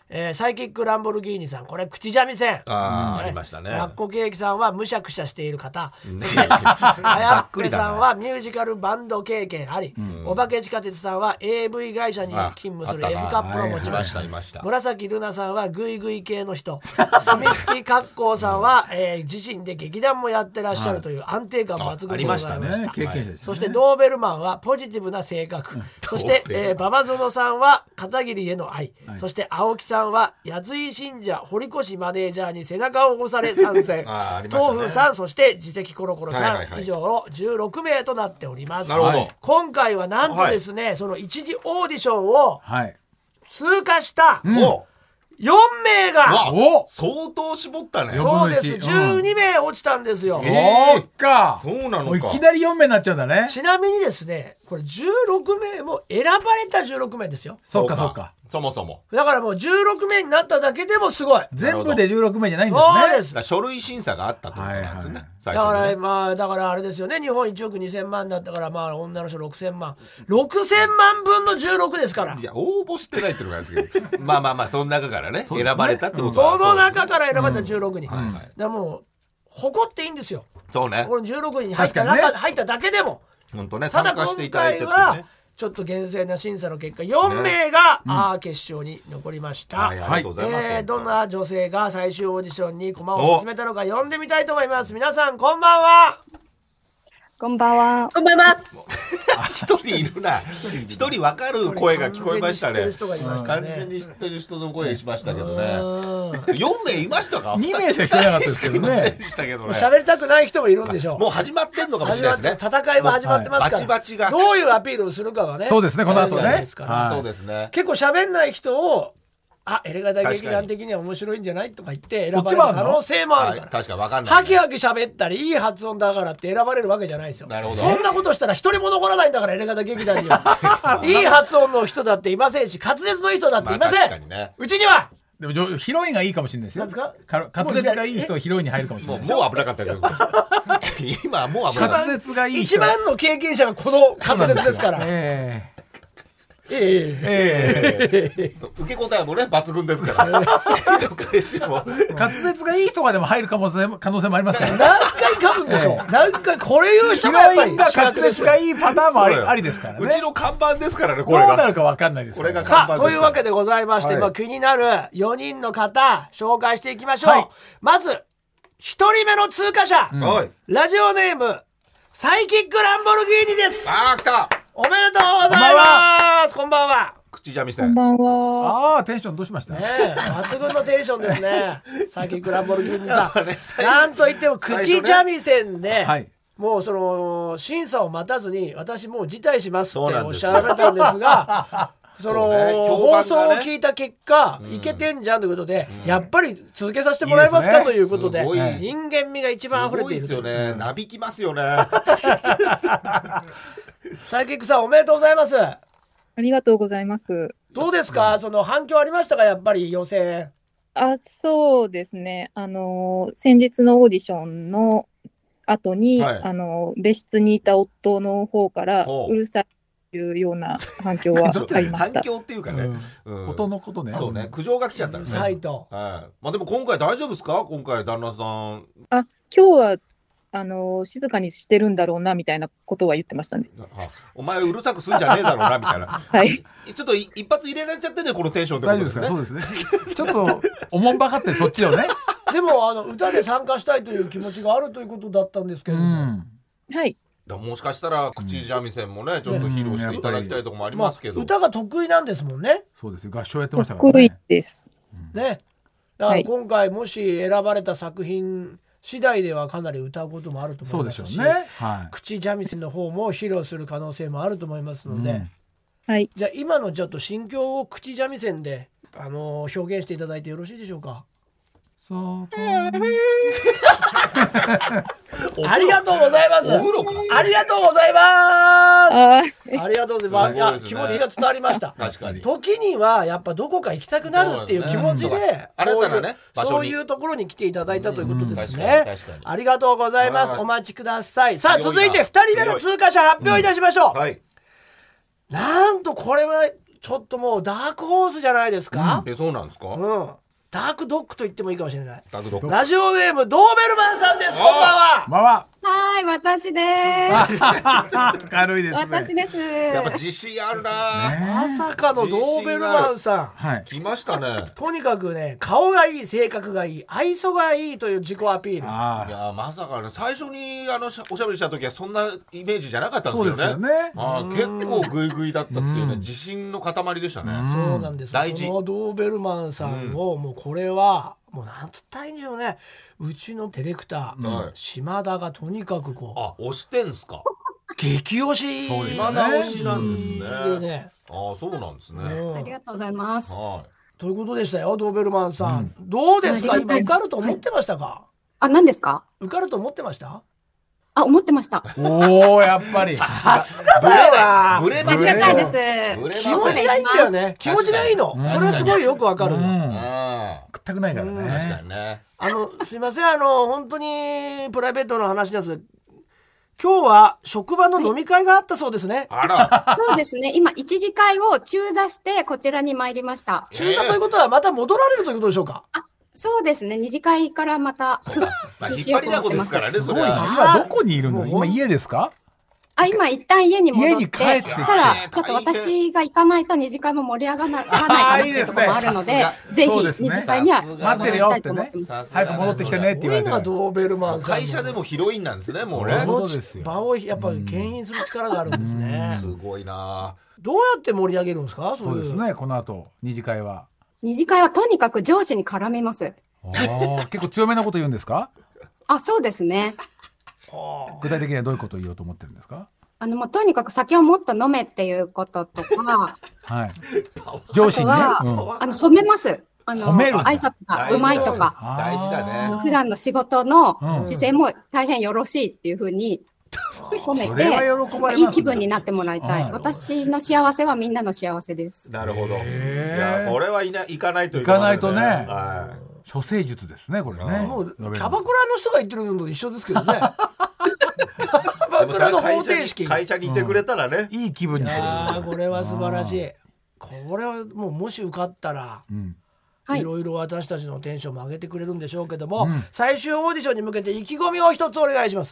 Speaker 1: サイキックランボルギーニさん、これ口三味線。
Speaker 2: ありましたね。
Speaker 1: ラッコケーキさんはむしゃくしゃしている方。あやっぺさんはミュージカルバンド経験あり。お化け地下鉄さんは AV 会社に勤務する F カップの持ち主。紫ルナさんはグイグイ系の人。住月かっこうさんは、自身で劇団もやってらっしゃるという安定感抜群でございました。そしてドーベルマンはポジティブな性格。そして馬場園さんは片桐への愛。そして青木さんは八井信者堀越マネージャーに背中を押され参戦。東風さん、そして自責コロコロさん、以上16名となっております。今回はなんとですね、その一次オーディションを通過した4名が、
Speaker 2: 相当絞ったね。
Speaker 1: そうです、12名落ちたんですよ。
Speaker 3: そうか、
Speaker 2: そうなのか。
Speaker 3: いきなり4名になっちゃうんだね。
Speaker 1: ちなみにですね、これ16名も選ばれた16名ですよ。
Speaker 3: そうかそうか。
Speaker 2: そもそも
Speaker 1: だからもう16名になっただけでもすごい。
Speaker 3: 全部で16名じゃないんですね。
Speaker 1: そうです。
Speaker 2: だ書類審査があったということなんですね。
Speaker 1: だからまあだからあれですよね、日本1億2000万だったから、まあ女の人6000万分の16ですから。
Speaker 2: いや応募してないっていうのがあるんですけどまあその中からね選ばれたってこと
Speaker 1: は、その中から選ばれた16人、だからもう誇っていいんですよ。
Speaker 2: そうね、
Speaker 1: この16人に入っただけでも
Speaker 2: 本当ね、参加していただいてってね。
Speaker 1: ただ今回はちょっと厳正な審査の結果4名が、決勝に残りました。どんな女性が最終オーディションに駒を進めたのか呼んでみたいと思います。皆さんこんばんは。
Speaker 5: こんばんは。
Speaker 6: こんばんは。
Speaker 2: 一人いるな。一人分かる声が聞こえましたね。完全に知ってる人の声しましたけどね。4名いましたか？
Speaker 3: 2 名しか聞こえなかったですけどね。
Speaker 1: 喋りたくない人もいるんでしょう。
Speaker 2: もう始まってんのかもしれないですね。
Speaker 1: 戦いは始まってますから。
Speaker 2: バチバチが。
Speaker 1: どういうアピールをするかはね。
Speaker 3: そうですね、この後ね。
Speaker 2: そうですね。
Speaker 1: 結構喋んない人をエレガタ劇団的には面白いんじゃないとか言って選ばれる可能性もあるから。
Speaker 2: 確かに分かんない。
Speaker 1: ハキハキ喋ったりいい発音だからって選ばれるわけじゃないですよ。
Speaker 2: なるほど。
Speaker 1: そんなことしたら一人も残らないんだから、エレガタ劇団にはいい発音の人だっていませんし、滑舌のいい人だっていません。うちには。
Speaker 3: でもヒロインがいいかもしれないですよ。滑舌がいい人はヒロインに入るかもしれない。
Speaker 2: もう危なかったけど今もう危なかった。
Speaker 3: 滑舌がいい
Speaker 1: 人、一番の経験者がこの滑舌ですから。
Speaker 2: 受け答えもね抜群ですから
Speaker 3: 滑舌がいい人がでも入る可能性もありますから。
Speaker 1: 何回噛むんでしょう。何回これ言う人がやっぱり
Speaker 3: 滑舌がいいパターンもありですからね。
Speaker 2: うちの看板ですからね。これが
Speaker 3: どうなるか分かんないです。
Speaker 1: さあというわけでございまして、気になる4人の方紹介していきましょう。まず1人目の通過者、ラジオネームサイキックランボルギーニです。
Speaker 2: 来た。
Speaker 1: おめでとうございます。こんばんは。
Speaker 2: 口三味線。
Speaker 5: こんばんは。
Speaker 3: テンションどうしました？
Speaker 1: 抜群のテンションですね。サイキックランボルギーニさん。なんといっても口三味線で、もうその審査を待たずに私もう辞退しますっておっしゃられたんですが、その放送を聞いた結果いけてんじゃんということで、やっぱり続けさせてもらえますかということで、人間味が一番溢れている。
Speaker 2: すごいですよね。なびきますよね。
Speaker 1: サイキックさんおめでとうございます。
Speaker 5: ありがとうございます。
Speaker 1: どうですか、その反響ありましたか？やっぱり予選。
Speaker 5: そうですね、先日のオーディションの後に、別室にいた夫の方からうるさいというような反響はありました。
Speaker 2: 反響っていうかね、
Speaker 3: 音のことね。
Speaker 2: そうね、苦情が来ちゃったんですね。
Speaker 1: サイト。
Speaker 2: でも今回大丈夫ですか？今回旦那さん。
Speaker 5: 今日は静かにしてるんだろうなみたいなことは言ってましたね。
Speaker 2: お前うるさくすんじゃねえだろうなみたいな。
Speaker 5: はい。
Speaker 2: ちょっと一発入れられちゃってね、このテンションで。
Speaker 3: 大丈夫ですか？そうですね。ちょっとおもんばかってそっちをね。
Speaker 1: でも歌で参加したいという気持ちがあるということだったんですけれども。
Speaker 5: はい。
Speaker 2: もしかしたら口三味線もね、ちょっと披露していただきたいところもありますけど。
Speaker 1: 歌が得意なんですもんね。
Speaker 3: そうですよ。合唱やってましたからね。
Speaker 5: 得意です。
Speaker 1: ね。だから今回もし選ばれた作品次第ではかなり歌うこともあると思いますし、口三味線の方も披露する可能性もあると思いますので、じゃあ今のちょっと心境を口三味線で表現していただいてよろしいでしょうか？ありがとうございます。ありがとうございます。ありがとうございます。気持ちが伝わりました。
Speaker 2: 確かに。
Speaker 1: 時にはやっぱどこか行きたくなるっていう気持ちで、
Speaker 2: 新たなね、
Speaker 1: そういうところに来ていただいたということですね。ありがとうございます。お待ちください。さあ続いて2人目の通過者発表いたしましょう。なんとこれはちょっともうダークホースじゃないですか。
Speaker 2: そうなんですか。
Speaker 1: ダークドッグと言ってもいいかもしれない。
Speaker 2: ダークドッグ。
Speaker 1: ラジオネームドーベルマンさんです。こんばんは。
Speaker 3: こんばんは。
Speaker 6: はい、私です。
Speaker 3: 軽いですね。
Speaker 6: 私です。
Speaker 2: やっぱ自信あるな。
Speaker 1: まさかのドーベルマンさ
Speaker 3: ん。
Speaker 2: 来ましたね。
Speaker 1: とにかくね、顔がいい、性格がいい、愛想がいいという自己アピール。い
Speaker 2: やまさかね、最初におしゃべりした時はそんなイメージじゃなかったんですよね。結構グイグイだったっていうね、自信の塊でしたね。
Speaker 1: そうなんです。
Speaker 2: 大事。
Speaker 1: そのドーベルマンさんをもうこれはもうなんつったらいいんでしょうね。うちのディレクター、島田がとにかくこ
Speaker 2: う。押してんすか。
Speaker 1: 激推し。
Speaker 2: 島田推しなんですね。そうなんですね。
Speaker 6: ありがとうございます。
Speaker 1: ということでしたよ、ドーベルマンさん。どうですか、今受かると思ってましたか。
Speaker 6: 何ですか。
Speaker 1: 受かると思ってました。
Speaker 6: 思ってました。
Speaker 3: おー、やっぱり。
Speaker 1: さすがだよな。
Speaker 2: ブレ
Speaker 6: ません。
Speaker 1: 気持ちがいいんだよね。気持ちがいいの。それはすごいよくわかる。
Speaker 3: 食ったくないからね。
Speaker 2: 確かにね。
Speaker 1: すいません、本当にプライベートの話です。今日は職場の飲み会があったそうですね。
Speaker 2: あら。
Speaker 6: そうですね。今一次会を中座してこちらに参りました。
Speaker 1: 中座ということはまた戻られるということでしょうか。
Speaker 6: そうですね。二次会からまた。
Speaker 2: 引っ張りだこですからね。それは。
Speaker 3: 今どこにいるの？今家ですか？
Speaker 6: 今一旦家に戻って。
Speaker 3: 家に帰って。
Speaker 6: ただちょっと私が行かないと二次会も盛り上がらないかなっていうところもあるので、ぜひ二次会には
Speaker 3: 待ってるよってね。早く戻ってきてねって言われて。
Speaker 1: ドーベルマンさん。
Speaker 2: 会社でもヒロインなんですね。もうね。
Speaker 1: 場をやっぱり牽引する力があるんですね。
Speaker 2: すごいな。
Speaker 1: どうやって盛り上げるんですか。
Speaker 3: そうですね。この後二次会は。
Speaker 6: 二次会はとにかく上司に絡みます。
Speaker 3: 結構強めなこと言うんですか。
Speaker 6: そうですね。
Speaker 3: 具体的にはどういうことを言おうと思ってるんですか。
Speaker 6: もうとにかく酒をもっと飲めっていうこととか、
Speaker 3: はい。上司にね、
Speaker 6: 褒めます。
Speaker 3: 褒める。
Speaker 6: 挨拶がうまいとか、
Speaker 2: 大事だね。
Speaker 6: 普段の仕事の姿勢も大変よろしいっていうふうに褒めて、いい気分になってもらいたい。私の幸せはみんなの幸せです。
Speaker 2: なるほど。いや、これは行かないと
Speaker 3: いけないとね。処世術ですね、これね。
Speaker 1: もうキャバクラの人が言ってるのと一緒ですけどね。キャバクラの方程式。
Speaker 2: 会社にいてくれたらね、
Speaker 3: いい気分にする。
Speaker 1: これは素晴らしい。これはもし受かったら、いろいろ私たちのテンションも上げてくれるんでしょうけども、最終オーディションに向けて意気込みを一つお願いします。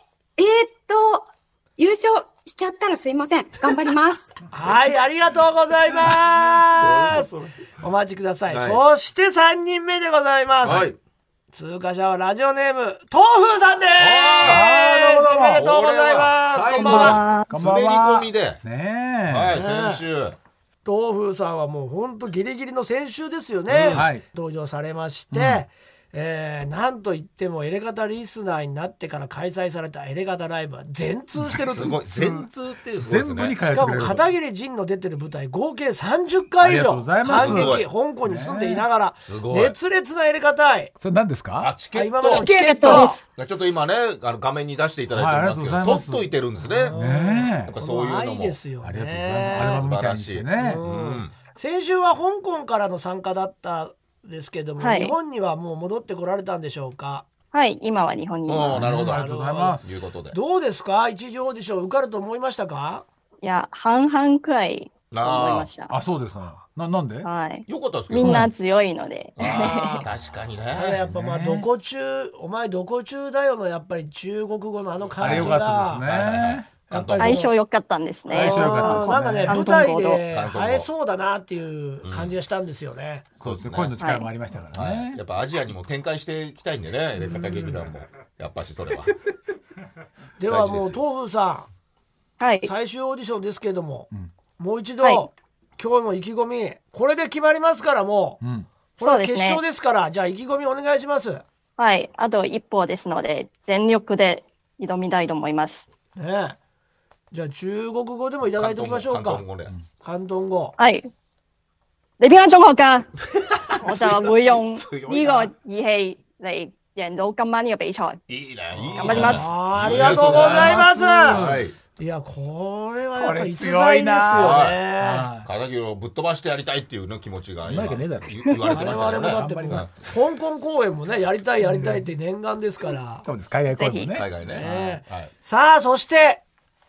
Speaker 6: 優勝しちゃったらすいません。頑張ります。
Speaker 1: はい、ありがとうございます。お待ちください。そして3人目でございます。通過者はラジオネーム豆腐さんです。おめでとうございます。
Speaker 2: こんばんは。滑り込みで。先週。
Speaker 1: 豆腐さんはもう本当ギリギリの先週ですよね。登場されまして。なんといってもエレガタリスナーになってから開催されたエレガタライブは全通してる。
Speaker 2: すごい。全通っていうすごいですね。
Speaker 3: 全部に通ってくれる。
Speaker 1: しかも片桐仁の出てる舞台合計30回以上感激。香港に住んでいながら熱烈なエレガタ愛。
Speaker 3: それ何ですか？
Speaker 2: チケット。
Speaker 1: チケットです。
Speaker 2: ちょっと今ね画面に出していただいておりますけど、取っといてるんですね。やっぱそういうのも
Speaker 1: 愛ですよね。
Speaker 3: ありがとうございます。アルバムみたいにしてね。
Speaker 1: 先週は香港からの参加だったですけども、日本にはもう戻ってこられたんでしょうか？
Speaker 7: はい、今は日本にいます。
Speaker 2: なるほど、
Speaker 3: ありがとうございます。
Speaker 2: いうことで、
Speaker 1: どうですか？一次オーディション受かると思いましたか？
Speaker 7: いや、半々くらいと思いました。
Speaker 3: そうですか。なんで？
Speaker 7: はい。
Speaker 2: よかったですけど。
Speaker 7: みんな強いので。
Speaker 2: 確かにね。
Speaker 1: やっぱどこ中、お前どこ中だよのやっぱり中国語の感じが。
Speaker 3: あれ良かったですね。
Speaker 7: 相性良かったんですね。
Speaker 3: 相性良かったですね。
Speaker 1: なんかね、舞台で映えそうだなっていう感じがしたんですよね。
Speaker 3: そうですね。声の力もありましたからね。
Speaker 2: やっぱアジアにも展開していきたいんでね、エレガタ劇団もやっぱしそれは。
Speaker 1: ではもう豆腐さ
Speaker 7: ん、はい、
Speaker 1: 最終オーディションですけれども、もう一度、今日の意気込みこれで決まりますからもう、これは決勝ですから、じゃあ意気込みお願いします。
Speaker 7: はい、あと一歩ですので全力で挑みたいと思います。
Speaker 1: ね。じゃあ中国語でもいただいておきましょうか。広東語。
Speaker 7: はい。你邊間中學㗎？我就會用呢個語氣嚟贏到今晚呢個比賽。
Speaker 2: いいね。
Speaker 7: 頑張ります。
Speaker 1: ありがとうございます。いや、これはやっぱり逸材ですよね。
Speaker 2: 片桐をぶっ飛ばしてやりたいっていうの気持ちが
Speaker 3: 言われてま
Speaker 1: したよね。だって香港公演もね、やりたいって念願ですから。
Speaker 3: そうです。海外公演もね。
Speaker 2: 海外ね。
Speaker 1: さあ、そして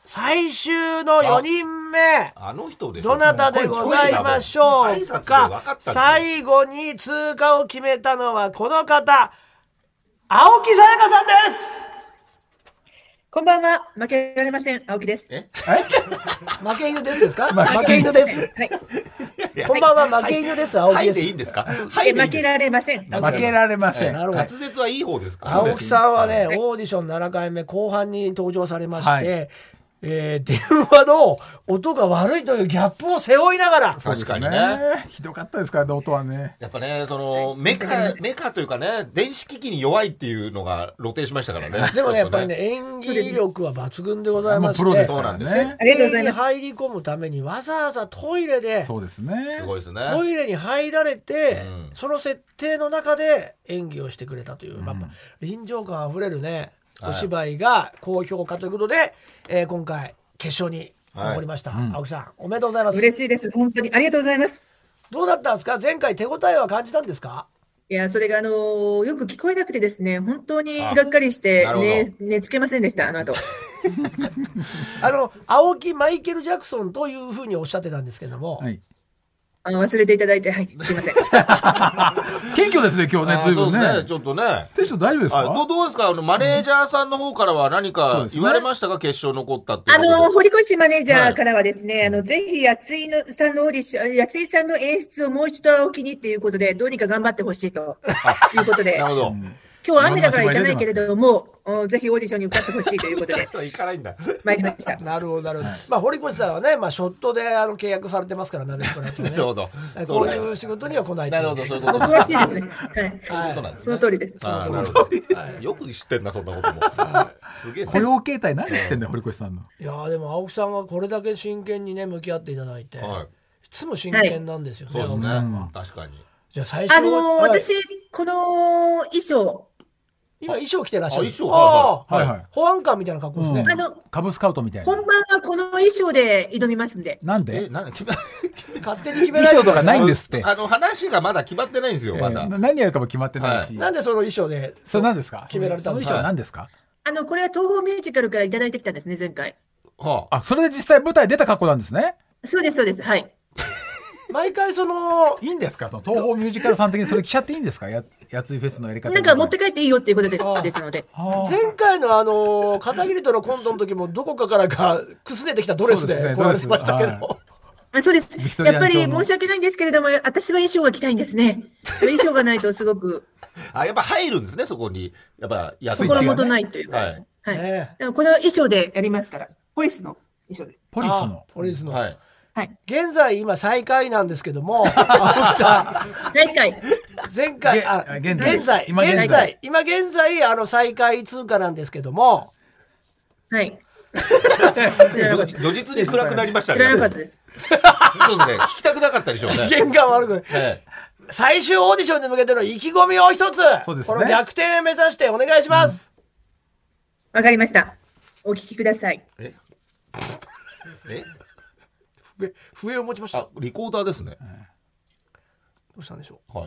Speaker 1: 最終の4人目、
Speaker 2: あの人でしょ。
Speaker 1: どなたでございましょうか。最後に通過を決めたのはこの方、青木さやかさんです。
Speaker 8: こんばんは、負けられません、青木です。
Speaker 1: 負け犬ですか？負け犬です。はい。こんばんは、負け犬です。青木です。
Speaker 2: はいでいいんですか？
Speaker 8: 負けられません。
Speaker 3: 負けられません。
Speaker 2: 滑舌はいい方ですか？
Speaker 1: 青木さんはね、オーディション7回目後半に登場されまして、電話の音が悪いというギャップを背負いながら。
Speaker 2: 確かにね。
Speaker 3: ひどかったですからね、音はね。
Speaker 2: やっぱね、そのメカというかね、電子機器に弱いっていうのが露呈しましたからね。
Speaker 1: でもね、やっぱりね、演技力は抜群でございまして、
Speaker 3: プロですからね。
Speaker 1: 設定に入り込むためにわざわざトイレで、
Speaker 3: そうですね。
Speaker 2: すごいですね。
Speaker 1: トイレに入られて、その設定の中で演技をしてくれたという、臨場感あふれるね、お芝居が高評価ということで、今回決勝に残りました。青木さん、おめでとうございます。
Speaker 8: 嬉しいです。本当にありがとうございます。
Speaker 1: どうだったんですか？前回手応えは感じたんですか？
Speaker 8: いや、それがよく聞こえなくてですね、本当にがっかりして寝つけませんでした、あの後。
Speaker 1: 青木マイケル・ジャクソンというふうにおっしゃってたんですけども、はい、
Speaker 8: 忘れていただいて、はい、すいません。
Speaker 3: 謙虚ですね、今日ね、ずいぶんね。
Speaker 2: ちょっとね。
Speaker 3: テンション大丈夫ですか？
Speaker 2: どうですか？マネージャーさんの方からは何か言われましたか？決勝残ったって。
Speaker 8: 堀越マネージャーからはですね、ぜひ、八井さんのオーディション、八井さんの演出をもう一度青木にっていうことで、どうにか頑張ってほしいということで。なるほど。今日は雨だから行かないけれども、ぜひオーディションに受かってほしいということで
Speaker 2: 行かないんだ。
Speaker 8: 参りました。
Speaker 1: なるほどなるほど。堀越さんはね、ショットで契約されてますから、なるほどね。なるほど。こういう仕事には来ない。
Speaker 2: なるほど、そういうこと。
Speaker 8: 詳しいですね。はい。その通りです。その通り
Speaker 2: です。よく知ってんな、そんなことも。
Speaker 3: すげえ。雇用形態何知ってんだよ、堀越さんの。
Speaker 1: いやでも青木さんがこれだけ真剣にね向き合っていただいて、いつも真剣なんですよね。
Speaker 2: そうですね。確かに。
Speaker 1: じゃあ最初
Speaker 8: 私この衣装。
Speaker 1: 今衣装着てらっしゃる。
Speaker 2: 衣装、はい
Speaker 1: はい。保安官みたいな格好ですね。
Speaker 3: カブスカウトみたいな。
Speaker 8: 本番はこの衣装で挑みますんで。
Speaker 3: なんで？
Speaker 1: 勝手に決め
Speaker 3: られる。衣装とかないんですって。
Speaker 2: 話がまだ決まってないんですよ、まだ。
Speaker 3: 何やるかも決まってないし。
Speaker 1: なんでその衣装で。
Speaker 3: それ何ですか？
Speaker 1: 決められた
Speaker 3: の？衣装何ですか？
Speaker 8: これは東宝ミュージカルからいただいてきたんですね、前回。
Speaker 3: あ、それで実際舞台出た格好なんですね。
Speaker 8: そうです、そうです。はい。
Speaker 1: 毎回い
Speaker 3: いんですか？東宝ミュージカルさん的にそれ着ちゃっていいんですか？やついフェスのやり方。
Speaker 8: なんか持って帰っていいよっていうことですので。
Speaker 1: 前回の片桐とのコントの時もどこかからかくすねてきたドレスで来られてましたけど。
Speaker 8: そうです。やっぱり申し訳ないんですけれども、私は衣装が着たいんですね。衣装がないとすごく。
Speaker 2: やっぱ入るんですね、そこに。やっぱ
Speaker 8: 心もとないというか。はい。この衣装でやりますから。ポリスの衣装です。
Speaker 3: ポリスの。
Speaker 2: はい。
Speaker 1: 現在今最下位なんですけども、青木さん前回現在最下位通過なんですけども、
Speaker 8: はい。
Speaker 2: 如実に暗くなりましたね。
Speaker 8: 知らなかったです。
Speaker 2: そうですね。聞きたくなかったでしょうね。
Speaker 1: 機嫌が悪く。最終オーディションに向けての意気込みを一つ、この逆転を目指してお願いします。
Speaker 8: わかりました。お聞きください。
Speaker 1: 笛を持ちました。
Speaker 2: リコーダーですね。
Speaker 1: どうしたんでしょ
Speaker 2: う。はい。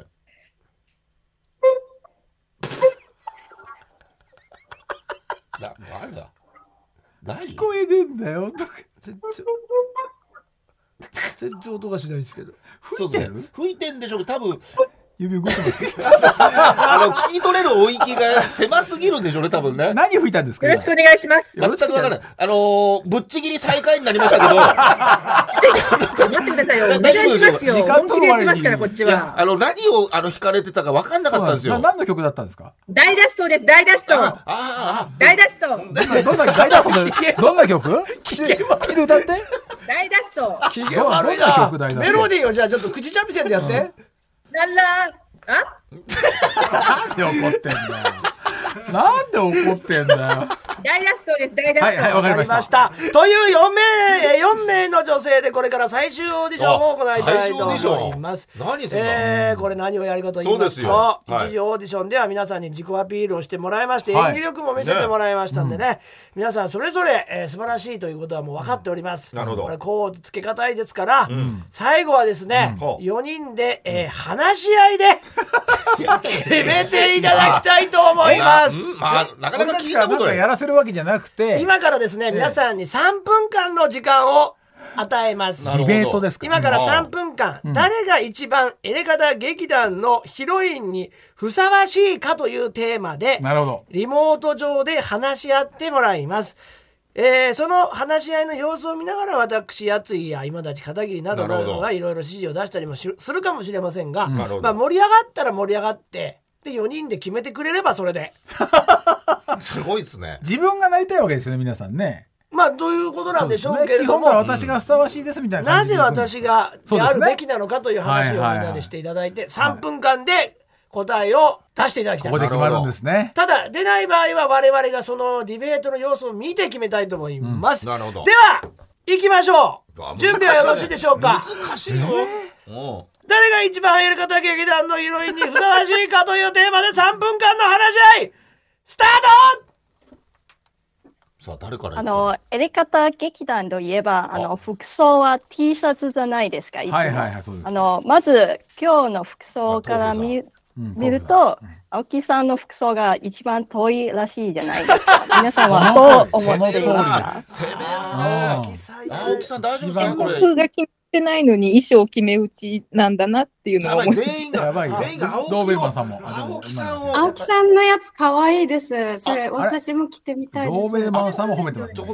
Speaker 2: 誰だ。
Speaker 3: 聞こえねえんだよ。
Speaker 1: 全然音がしないですけど。
Speaker 3: 吹いてる？
Speaker 2: 吹いてんでしょう。多分。
Speaker 3: 指動いてます。
Speaker 2: 聞き取れる音域が狭すぎるんでしょうね、多分ね。
Speaker 3: 何吹いたんですか？
Speaker 8: よろしくお願いします。
Speaker 2: 全くわからない。ぶっちぎり最下位になりましたけど。
Speaker 8: 待ってくださいよ。お願いしますよ。本気でやってますから、こっちは。
Speaker 2: 何を弾かれてたか分かんなかったんですよ。
Speaker 3: 何の曲だったんですか？
Speaker 8: 大脱走です、大脱走。大脱走。
Speaker 3: どんな曲？口で歌って。
Speaker 8: 大脱走。
Speaker 1: 機嫌悪いな。メロディーをじゃあちょっと口三味線でやって。
Speaker 8: なん
Speaker 3: で怒ってんだよ。なんで怒ってんだよ。
Speaker 8: 大脱走です、大脱走。
Speaker 3: はい、わかりました。
Speaker 1: という4名の女性でこれから最終オーディションを行いたいと思います。
Speaker 2: 何する
Speaker 1: これ何をやるかと言いますと、一次オーディションでは皆さんに自己アピールをしてもらいまして、演技力も見せてもらいましたんでね、皆さんそれぞれ素晴らしいということはもう分かっております。
Speaker 2: なるほど。
Speaker 1: これこうつけがたいですから、最後はですね、4人で話し合いで決めていただきたいと思います。
Speaker 3: なかなか聞いたことない。やらせるわけじゃなくて、
Speaker 1: 今からですね、皆さんに3分間の時間を与えます。
Speaker 3: ディベートですか。
Speaker 1: 今から3分間、誰が一番エレカタ劇団のヒロインにふさわしいかというテーマで、リモート上で話し合ってもらいます。その話し合いの様子を見ながら、私やついや今立ち片桐などなどがいろいろ指示を出したりもするかもしれませんが、盛り上がったら盛り上がってで4人で決めてくれればそれで。
Speaker 2: すごいですね。
Speaker 3: 自分がなりたいわけですよね、皆さんね。
Speaker 1: ということなんでしょうけれども、
Speaker 3: 基本から私がふさわしいですみたいな感じで、
Speaker 1: なぜ私がであるべきなのかという話をみんなでしていただいて、3分間で答えを出していただきたい。
Speaker 3: ここで決まるんですね。
Speaker 1: ただ出ない場合は我々がそのディベートの様子を見て決めたいと思います。
Speaker 2: なるほど。
Speaker 1: では行きましょう。準備はよろしいでしょうか。
Speaker 2: 難しいよ。
Speaker 1: 誰が一番エレカタ劇団のヒロインにふさわしいかというテーマで3分間の話し合いスタート。
Speaker 2: さあ誰から
Speaker 7: エレカタ劇団といえば服装は T シャツじゃないですか。いつもまず今日の服装から見ると青木さんの服装が一番遠いらしいじゃないですか。皆さんはどう思っていますか。
Speaker 2: 青木さん大丈夫ですか。これ
Speaker 5: 僕が決めてないのに衣装決め打ちなんだなっていうのが思いました。
Speaker 2: 全員が
Speaker 3: ドーベルマンさんも
Speaker 2: 青木さ
Speaker 6: んのやつ可愛いです。それ私も着てみたいです。
Speaker 3: ドーベルマンさんも褒めてます。
Speaker 8: はい、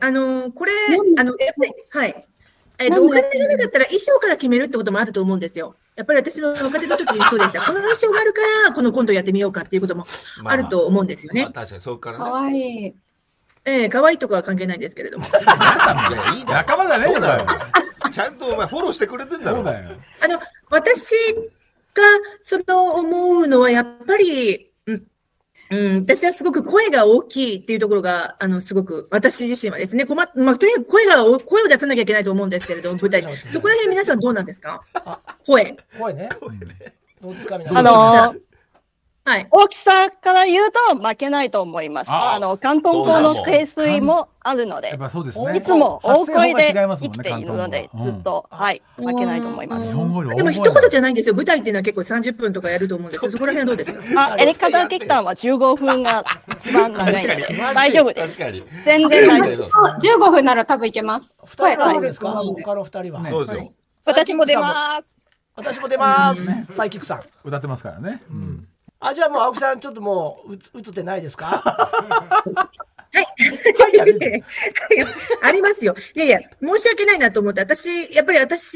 Speaker 8: これやっぱりはい。お金がなかったら衣装から決めるってこともあると思うんですよ。やっぱり私の若手の時にそうでした。この衣装があるからこのコントやってみようかっていうこともあると思うんですよね。
Speaker 2: 確かにそうからね。
Speaker 6: 可愛い。
Speaker 8: 可愛いとかは関係ないんですけれども。
Speaker 3: 仲間だね。
Speaker 2: ちゃんとお前フォローしてくれてんだろ。
Speaker 8: 私が思うのはやっぱり、私はすごく声が大きいっていうところがすごく私自身はですね、とにかく声を出さなきゃいけないと思うんですけれども、舞台そこら辺皆さんどうなんですか。声ね。
Speaker 1: どうですか皆さん。
Speaker 7: 大きさから言うと負けないと思います。広東語の清水もあるので、いつも大声で生きているので、ずっと、負けないと思います。
Speaker 8: でも一言じゃないんですよ。舞台っていうのは結構30分とかやると思うんですけど、そこら辺はどうですか。
Speaker 7: エレカタ劇団は15分が一番長いので、大丈夫です。全然大丈夫。
Speaker 6: 15分なら多分いけます。
Speaker 1: 2人はどうですか。他の2人は。
Speaker 2: そうですよ。
Speaker 5: 私も出ます。
Speaker 1: 私も出ます。サイキックさん。
Speaker 3: 歌ってますからね。
Speaker 1: じゃあもう青木さんちょっともう映ってないですか。
Speaker 8: はいありますよ。いや申し訳ないなと思って、逆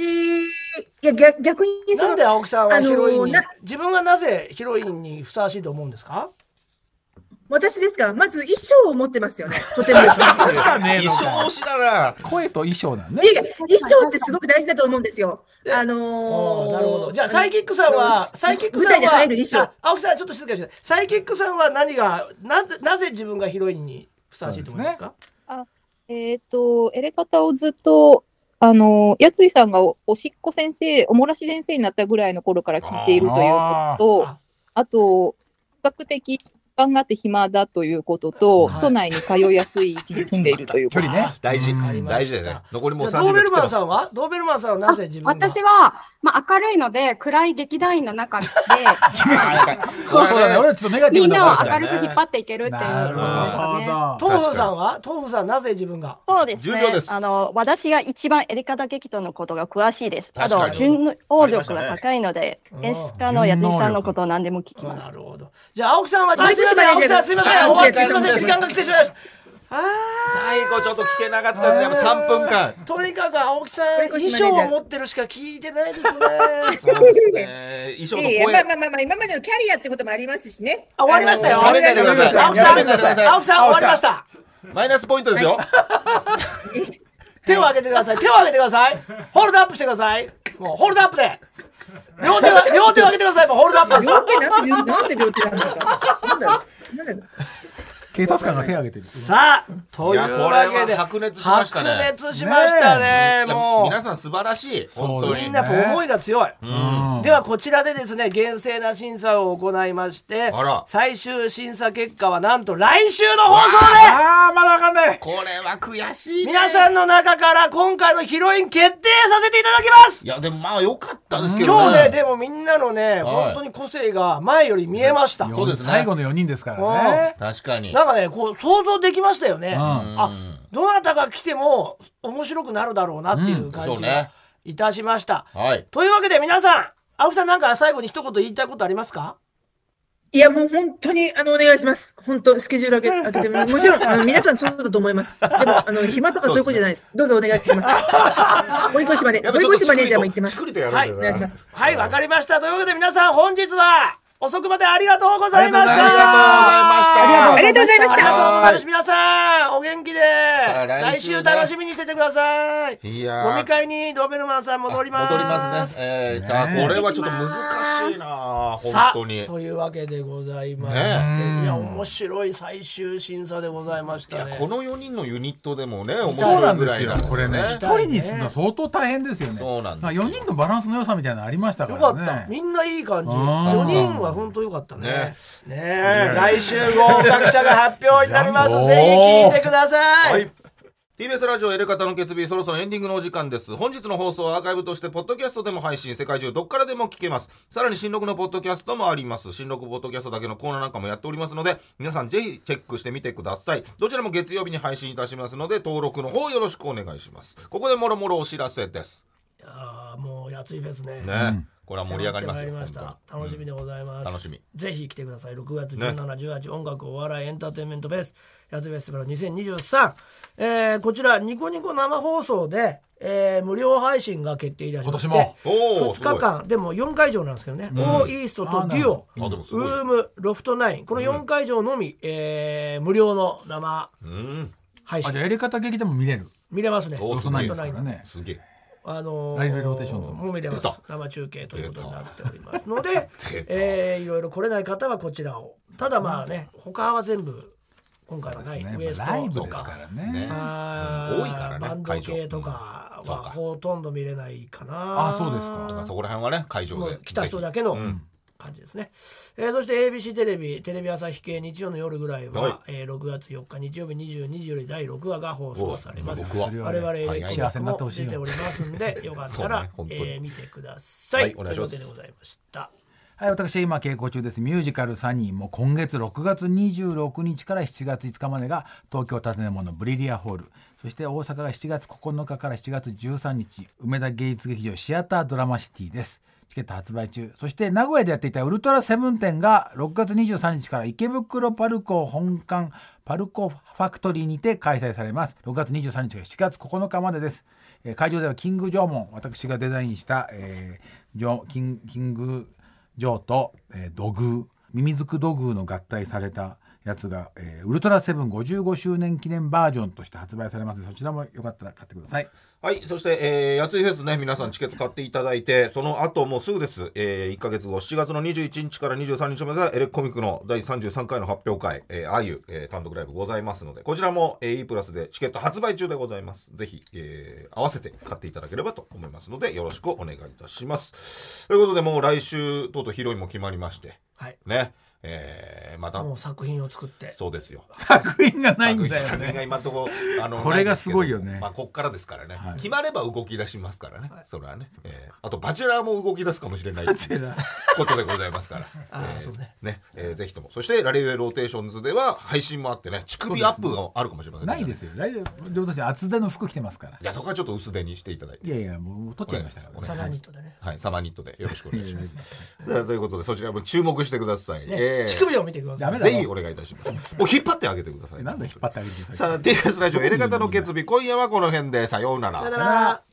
Speaker 8: に
Speaker 1: なんで青木さんはヒロインに自分がなぜヒロインにふさわしいと思うんですか。
Speaker 8: 私ですか。まず衣装を持ってますよね。とても。
Speaker 2: 確かね。衣装推しだな。
Speaker 3: 声と衣装なんね。
Speaker 8: 衣装ってすごく大事だと思うんですよ。
Speaker 1: なるほど。じゃあサイキックさんは
Speaker 8: 舞台に入る衣装。
Speaker 1: 青木さんちょっと静かにして。サイキックさんはなぜ自分がヒロインにふさわしいと思いますか。
Speaker 5: エレカタをずっとやついさんがおしっこ先生、おもらし先生になったぐらいの頃から聞いているということと、あと比較的時間があって暇だということと、都内に通いやすい位置に住んでいるということ。
Speaker 3: 距離ね。
Speaker 2: 大事だよね。残りもう30秒。
Speaker 1: ドーベルマンさんはなぜ自分が。
Speaker 6: 私は明るいので暗い劇団員の中で
Speaker 3: そうだね。俺ちょっとネガティブな。
Speaker 6: みんなを明るく引っ張っていけるっていうことですかね。
Speaker 1: 豆腐さんなぜ自分が。
Speaker 7: そうですね。私が一番エレカタ劇団のことが詳しいです。順応力が高いので、演出家のやついさんのことを何でも聞きます。
Speaker 1: なるほど。じゃあ青木さんは。すみません、時間が来てしまいました。
Speaker 2: 最後ちょっと聞けなかったですね。やっぱ3分間。
Speaker 1: とにかく青木さん衣装を持ってるしか聞いてないですね。
Speaker 2: そうですね。衣装の声。
Speaker 8: 今までのキャリアってこともありますしね。
Speaker 1: 終わりましたよ。
Speaker 2: 喋んないでください。
Speaker 1: 青木さん終わりました。
Speaker 2: マイナスポイントですよ。
Speaker 1: 手を挙げてください。ホールドアップしてください。もうホールドアップで。両手を上げてください。もうホールドアップ。
Speaker 8: なんで両手なんですか。
Speaker 3: 警察官が手を挙げてる。
Speaker 1: さあというわけで
Speaker 2: 白熱しましたね。
Speaker 1: 白熱しましたね。もう
Speaker 2: 皆さん素晴らしい。本当に
Speaker 1: みんなやっぱ思いが強い。ではこちらでですね厳正な審査を行いまして、最終審査結果はなんと来週の放送で。
Speaker 3: まだわかんない。
Speaker 2: これは悔しいね。
Speaker 1: 皆さんの中から今回のヒロイン決定させていただきます。
Speaker 2: いやでもまあ良かったですけどね。
Speaker 1: 今日ねでもみんなのね本当に個性が前より見えました。
Speaker 2: そうですね。
Speaker 3: 最後の4人ですからね。
Speaker 2: 確かに。
Speaker 1: なんかねこう想像できましたよね。どなたが来ても面白くなるだろうなっていう感じがいたしました。というわけで皆さん、青木さんなんか最後に一言言いたいことありますか？
Speaker 8: いやもう本当にお願いします。本当スケジュール開けてもちろん皆さんそうだと思います。でも暇とかそういうことじゃないです。どうぞお願いします。森越マネージャーも言ってます。
Speaker 1: はいお願いします。はいわかりました。というわけで皆さん本日は遅くまでありがとうございました。
Speaker 8: ありがとうございました。
Speaker 1: 皆さんお元気で来週楽しみにしててください。飲み会にドーベルマンさん戻ります。
Speaker 2: 戻りますね。さあこれはちょっと難しいな本当に。
Speaker 1: というわけでございまして、いや面白い最終審査でございましたね。
Speaker 2: この4人のユニットでもね面白いぐらいなんですよ。
Speaker 3: これね1人にするの相当大変ですよね。
Speaker 2: そうなんです。
Speaker 3: 4人のバランスの良さみたいなのありましたからね。
Speaker 1: よかった。みんないい感じ。4人は本当良かったね。来週合格者が発表になります。ぜひ聞いてください。
Speaker 2: TBS ラジオエレカタの決意、そろそろエンディングのお時間です。本日の放送はアーカイブとしてポッドキャストでも配信、世界中どっからでも聞けます。さらに新録のポッドキャストもあります。新録ポッドキャストだけのコーナーなんかもやっておりますので、皆さんぜひチェックしてみてください。どちらも月曜日に配信いたしますので、登録の方よろしくお願いします。ここでもろもろお知らせです。
Speaker 1: いやもうやついフェスね。
Speaker 2: これは盛り上がりますよ。
Speaker 1: 楽しみでございます。
Speaker 2: 楽しみ。
Speaker 1: ぜひ来てください。6月17、18音楽お笑いエンターテインメントフェスやつフェスティバル2023、こちらニコニコ生放送で、無料配信が決定いたしまして、2日間でも4会場なんですけどね、オーイーストとデュオ、ウーム、ロフト9この4会場のみ、無料の生配信。
Speaker 3: じゃあやり方劇でも見れ
Speaker 1: ますね。
Speaker 3: ロフト9ね。
Speaker 2: すげえ。
Speaker 3: ライブローテーション
Speaker 1: も見れます。生中継ということになっておりますので、いろいろ来れない方はこちらを。ただまあね、他は全部今回はない。ウエストとかバンド系とかはほとんど見れないかな。
Speaker 3: そうですか。
Speaker 2: そこら辺はね会場で
Speaker 1: 来た人だけの感じですね。そして ABC テレビ朝日系日曜の夜ぐらいは、6月4日日曜日22時より第6話が放送されます。我々エレキも出ておりますんでよかったら、見てください。ということでございました。
Speaker 3: はい、私は今稽古中です。ミュージカルサニーも今月6月26日から7月5日までが東京建物ブリリアホール、そして大阪が7月9日から7月13日梅田芸術劇場シアタードラマシティです。チケット発売中。そして名古屋でやっていたウルトラセブン展が6月23日から池袋パルコ本館パルコファクトリーにて開催されます。6月23日から7月9日までです。会場ではキングジョーモン、私がデザインした、キングジョーと、土偶ミミズク土偶の合体されたやつが、ウルトラセブン55周年記念バージョンとして発売されますので、そちらもよかったら買ってください。
Speaker 2: はい、そして、やついフェスね、皆さんチケット買っていただいて、その後もうすぐです、1ヶ月後7月の21日から23日まではエレコミックの第33回の発表会、あゆ、単独ライブございますので、こちらも、E プラスでチケット発売中でございます。ぜひ、合わせて買っていただければと思いますので、よろしくお願いいたします。ということで、もう来週とうとうヒロインも決まりまして、ね、また
Speaker 1: もう作品を作って。
Speaker 2: そうですよ。
Speaker 3: 作品がないんだよね。
Speaker 2: 作品が今のところ
Speaker 3: これがすごいよね。
Speaker 2: こっからですからね、決まれば動き出しますからね、それはね、あとバチェラーも動き出すかもしれないことでございますからぜひとも。そしてラリウェイローテーションズでは配信もあってね、乳首アップがあるかもしれませんね。
Speaker 3: ないですよ。ラリウェイローテーション厚手の服着てますから。
Speaker 2: じゃあそこはちょっと薄手にしていただいて。
Speaker 3: いやいやもう取っちゃいましたからね。
Speaker 1: サマーニットでね。
Speaker 2: はい、サマーニットでよろしくお願いします。ということでそちらも注目してください。
Speaker 1: 乳首を見てください。
Speaker 2: ぜひお願いいたします。もう引っ張ってあげてください。
Speaker 3: なんで引っ張ってあげてください。
Speaker 2: さあ TBS ラジオエレガタの決意、今夜はこの辺でさようなら。
Speaker 1: さようなら。